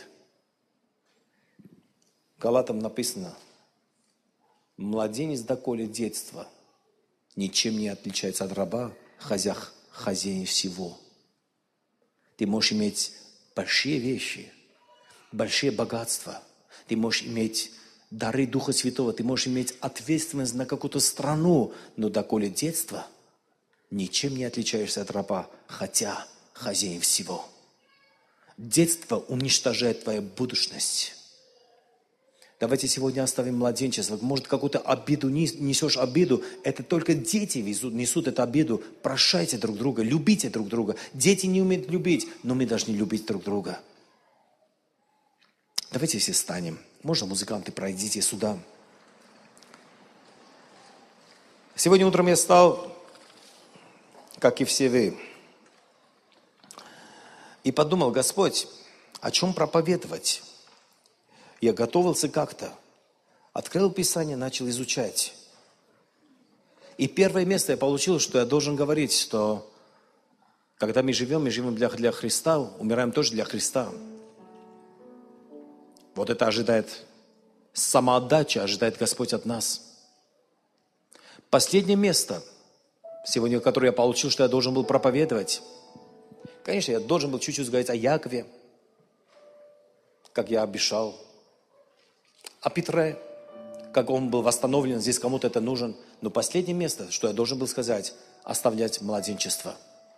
Галатам написано, младенец доколе детства ничем не отличается от раба, хозяин всего. Ты можешь иметь большие вещи, большие богатства. Ты можешь иметь дары Духа Святого, ты можешь иметь ответственность на какую-то страну, но доколе детства ничем не отличаешься от раба, хотя хозяин всего. Детство уничтожает твою будущность. Давайте сегодня оставим младенчество. Может, какую-то обиду несешь обиду. Это только дети несут эту обиду. Прощайте друг друга, любите друг друга. Дети не умеют любить, но мы должны любить друг друга. Давайте все встанем. Можно, музыканты, пройдите сюда. Сегодня утром я встал, как и все вы, и подумал, Господь, о чем проповедовать? Я готовился как-то, открыл Писание, начал изучать. И первое место я получил, что я должен говорить, что когда мы живем для Христа, умираем тоже для Христа. Вот это ожидает самоотдача, ожидает Господь от нас. Последнее место, сегодня, которое я получил, что я должен был проповедовать. Конечно, я должен был чуть-чуть говорить о Якове, как я обещал, о Петре, как он был восстановлен, здесь кому-то это нужен. Но последнее место, что я должен был сказать, оставлять младенчество.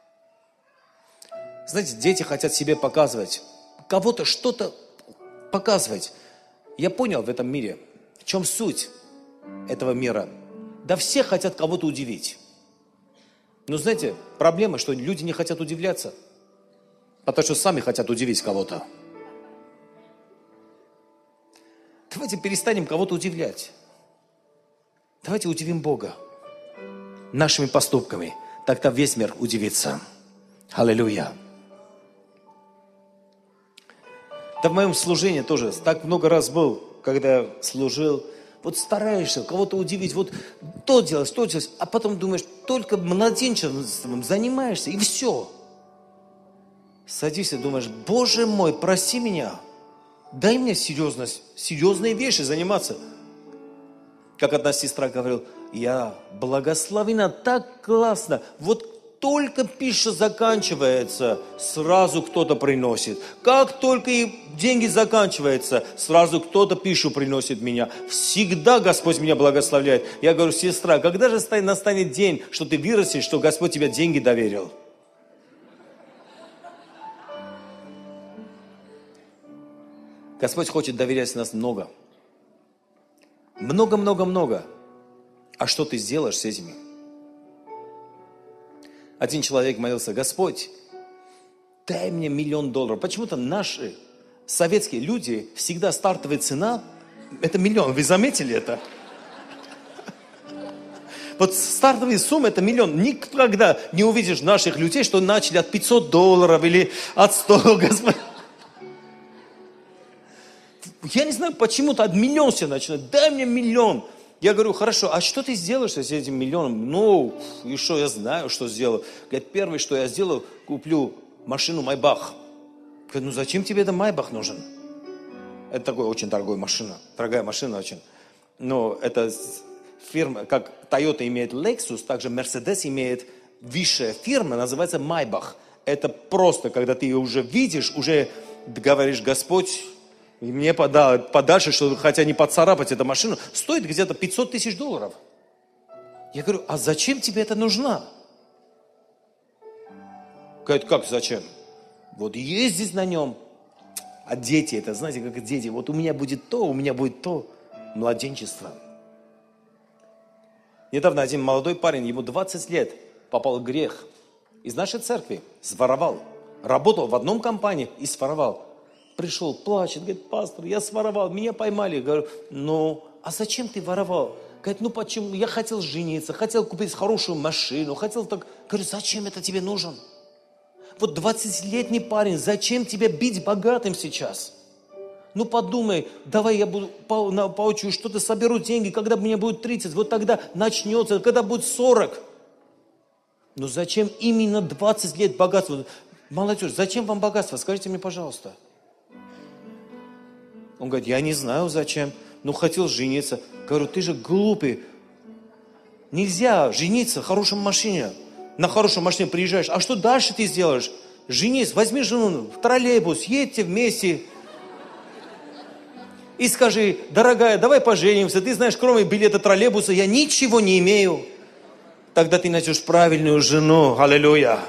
Знаете, дети хотят себе показывать, кого-то что-то показывать. Я понял в этом мире, в чем суть этого мира. Да все хотят кого-то удивить. Но знаете, проблема, что люди не хотят удивляться, потому что сами хотят удивить кого-то. Давайте перестанем кого-то удивлять. Давайте удивим Бога нашими поступками. Тогда весь мир удивится. Аллилуйя. Да в моем служении тоже так много раз был, когда я служил. Вот стараешься кого-то удивить, вот то делаешь, а потом думаешь, только младенчеством занимаешься, и все. Садишься и думаешь, Боже мой, прости меня, дай мне серьезные вещи заниматься. Как одна сестра говорила, я благословена, так классно, вот только пища заканчивается, сразу кто-то приносит. Как только и деньги заканчиваются, сразу кто-то пищу приносит меня. Всегда Господь меня благословляет. Я говорю, сестра, когда же настанет день, что ты вырастешь, что Господь тебе деньги доверил? Господь хочет доверять нас много. Много. А что ты сделаешь с этими? Один человек молился, Господь, дай мне $1 миллион. Почему-то наши советские люди, всегда стартовая цена, это 1 миллион. Вы заметили это? Вот стартовая сумма это 1 миллион. Никогда не увидишь наших людей, что начали от $500 или от 100. Господь. Я не знаю, почему-то от 1 миллиона все начинают. Дай мне 1 миллион. Я говорю, хорошо, а что ты сделаешь с этим 1 миллионом? Ну, и что, я знаю, что сделаю. Говорит, первое, что я сделаю, куплю машину Майбах. Говорит, ну зачем тебе это Майбах нужен? Это такая очень дорогая машина очень. Но это фирма, как Toyota имеет Lexus, также Mercedes имеет высшая фирма, называется Майбах. Это просто, когда ты ее уже видишь, уже говоришь, Господь, и мне подальше, что хотя не поцарапать эту машину, стоит где-то $500 000. Я говорю, а зачем тебе это нужно? Говорит, как зачем? Вот ездить на нем. А дети, это знаете, как дети, вот у меня будет то, младенчество. Недавно один молодой парень, ему 20 лет, попал в грех. Из нашей церкви своровал. Работал в одном компании и своровал. Пришел, плачет, говорит, пастор, я своровал, меня поймали. Говорю, ну, а зачем ты воровал? Говорит, ну почему? Я хотел жениться, хотел купить хорошую машину, хотел так. Говорю, зачем это тебе нужен? Вот 20-летний парень, зачем тебя бить богатым сейчас? Ну подумай, давай я буду поучу, что-то соберу деньги, когда мне будет 30, вот тогда начнется, когда будет 40. Ну зачем именно 20 лет богатства? Молодежь, зачем вам богатство? Скажите мне, пожалуйста. Он говорит, я не знаю зачем, но хотел жениться. Говорю, ты же глупый. Нельзя жениться в хорошей машине. На хорошей машине приезжаешь. А что дальше ты сделаешь? Женись, возьми жену в троллейбус, едьте вместе. И скажи, дорогая, давай поженимся. Ты знаешь, кроме билета троллейбуса я ничего не имею. Тогда ты найдешь правильную жену. Аллилуйя.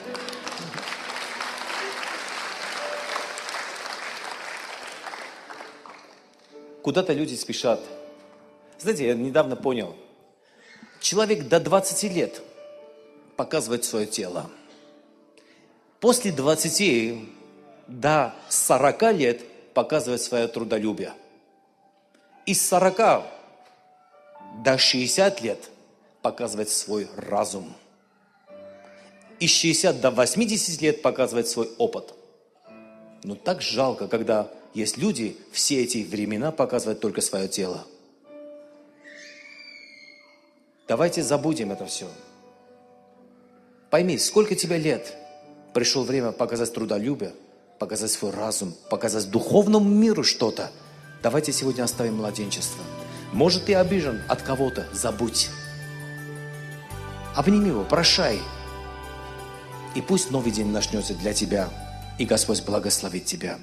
Куда-то люди спешат. Знаете, я недавно понял. Человек до 20 лет показывает свое тело. После 20 до 40 лет показывает свое трудолюбие. Из 40 до 60 лет показывает свой разум. Из 60 до 80 лет показывает свой опыт. Но так жалко, когда есть люди, все эти времена показывают только свое тело. Давайте забудем это все. Пойми, сколько тебе лет? Пришло время показать трудолюбие, показать свой разум, показать духовному миру что-то. Давайте сегодня оставим младенчество. Может, ты обижен от кого-то, забудь. Обними его, прощай. И пусть новый день начнется для тебя, и Господь благословит тебя.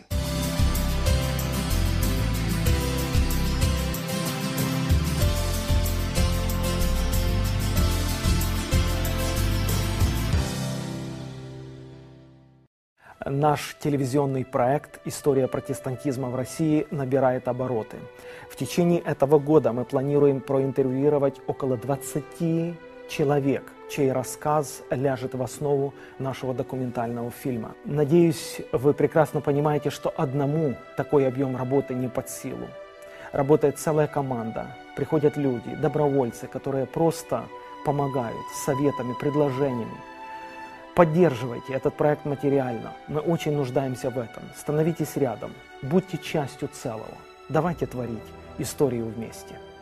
Наш телевизионный проект «История протестантизма в России» набирает обороты. В течение этого года мы планируем проинтервьюировать около 20 человек, чей рассказ ляжет в основу нашего документального фильма. Надеюсь, вы прекрасно понимаете, что одному такой объем работы не под силу. Работает целая команда, приходят люди, добровольцы, которые просто помогают советами, предложениями. Поддерживайте этот проект материально. Мы очень нуждаемся в этом. Становитесь рядом. Будьте частью целого. Давайте творить историю вместе.